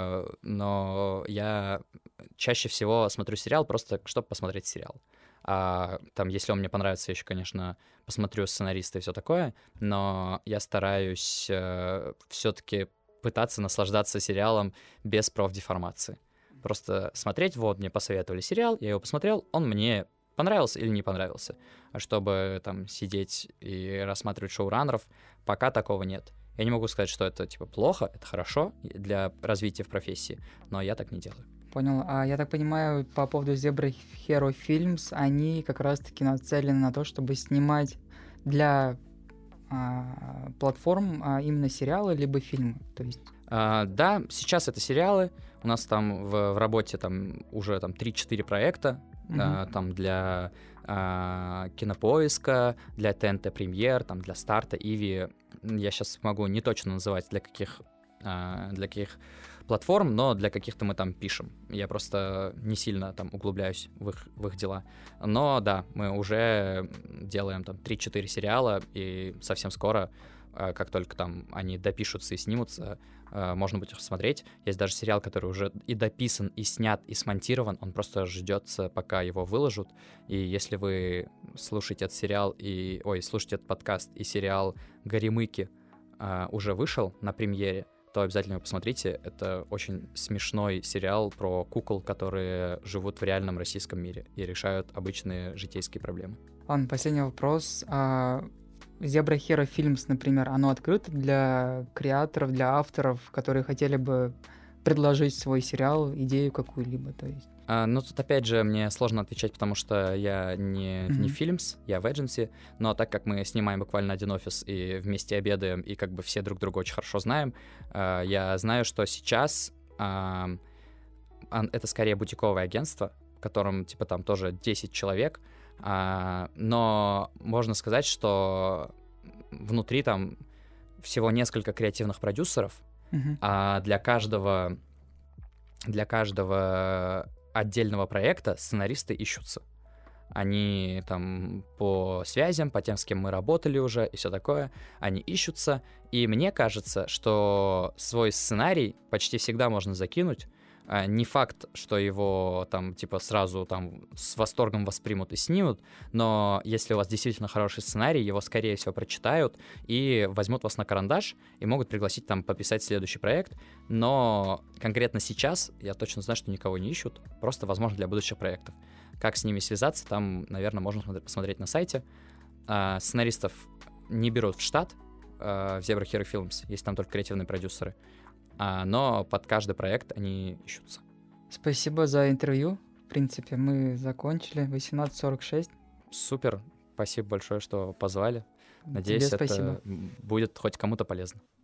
но я чаще всего смотрю сериал просто, чтобы посмотреть сериал. А там, если он мне понравится, я еще, конечно, посмотрю сценариста и все такое, но я стараюсь все-таки пытаться наслаждаться сериалом без профдеформации. Просто смотреть, вот, мне посоветовали сериал, я его посмотрел, он мне понравился или не понравился. А чтобы там сидеть и рассматривать шоураннеров, пока такого нет. Я не могу сказать, что это типа плохо, это хорошо для развития в профессии, но я так не делаю. Понял. А я так понимаю, по поводу Zebra Hero Films, они как раз-таки нацелены на то, чтобы снимать для платформ именно сериалы либо фильмы, то есть... Да, сейчас это сериалы. У нас там в работе там уже там 3-4 проекта, там для Кинопоиска, для ТНТ Премьер, там для Старта, Иви. Я сейчас могу не точно называть, для каких платформ, но для каких-то мы там пишем. Я просто не сильно там углубляюсь в их дела. Но да, мы уже делаем там 3-4 сериала, и совсем скоро, как только там они допишутся и снимутся, можно будет их смотреть. Есть даже сериал, который уже и дописан, и снят, и смонтирован. Он просто ждется, пока его выложат. И если вы слушаете этот сериал, слушаете этот подкаст, и сериал «Горемыки» уже вышел на премьере, то обязательно его посмотрите. Это очень смешной сериал про кукол, которые живут в реальном российском мире и решают обычные житейские проблемы. Ладно, последний вопрос. Zebra Hero Films, например, оно открыто для креаторов, для авторов, которые хотели бы предложить свой сериал, идею какую-либо, то есть? Ну, тут опять же мне сложно отвечать, потому что я не Films, я в Agency, но так как мы снимаем буквально один офис и вместе обедаем, и как бы все друг друга очень хорошо знаем, я знаю, что сейчас это скорее бутиковое агентство, в котором типа там тоже 10 человек, но можно сказать, что внутри там всего несколько креативных продюсеров, а для каждого отдельного проекта сценаристы ищутся. Они там по связям, по тем, с кем мы работали уже и все такое, они ищутся. И мне кажется, что свой сценарий почти всегда можно закинуть Не факт, что его там типа сразу там с восторгом воспримут и снимут, но если у вас действительно хороший сценарий, его скорее всего прочитают и возьмут вас на карандаш и могут пригласить там пописать следующий проект. Но конкретно сейчас я точно знаю, что никого не ищут, просто, возможно, для будущих проектов. Как с ними связаться, там, наверное, можно посмотреть на сайте. Сценаристов не берут в штат в Zebra Hero Films, есть там только креативные продюсеры. Но под каждый проект они ищутся. Спасибо за интервью. В принципе, мы закончили. 18:46. Супер. Спасибо большое, что позвали. Надеюсь, Тебе спасибо. это будет хоть кому-то полезно.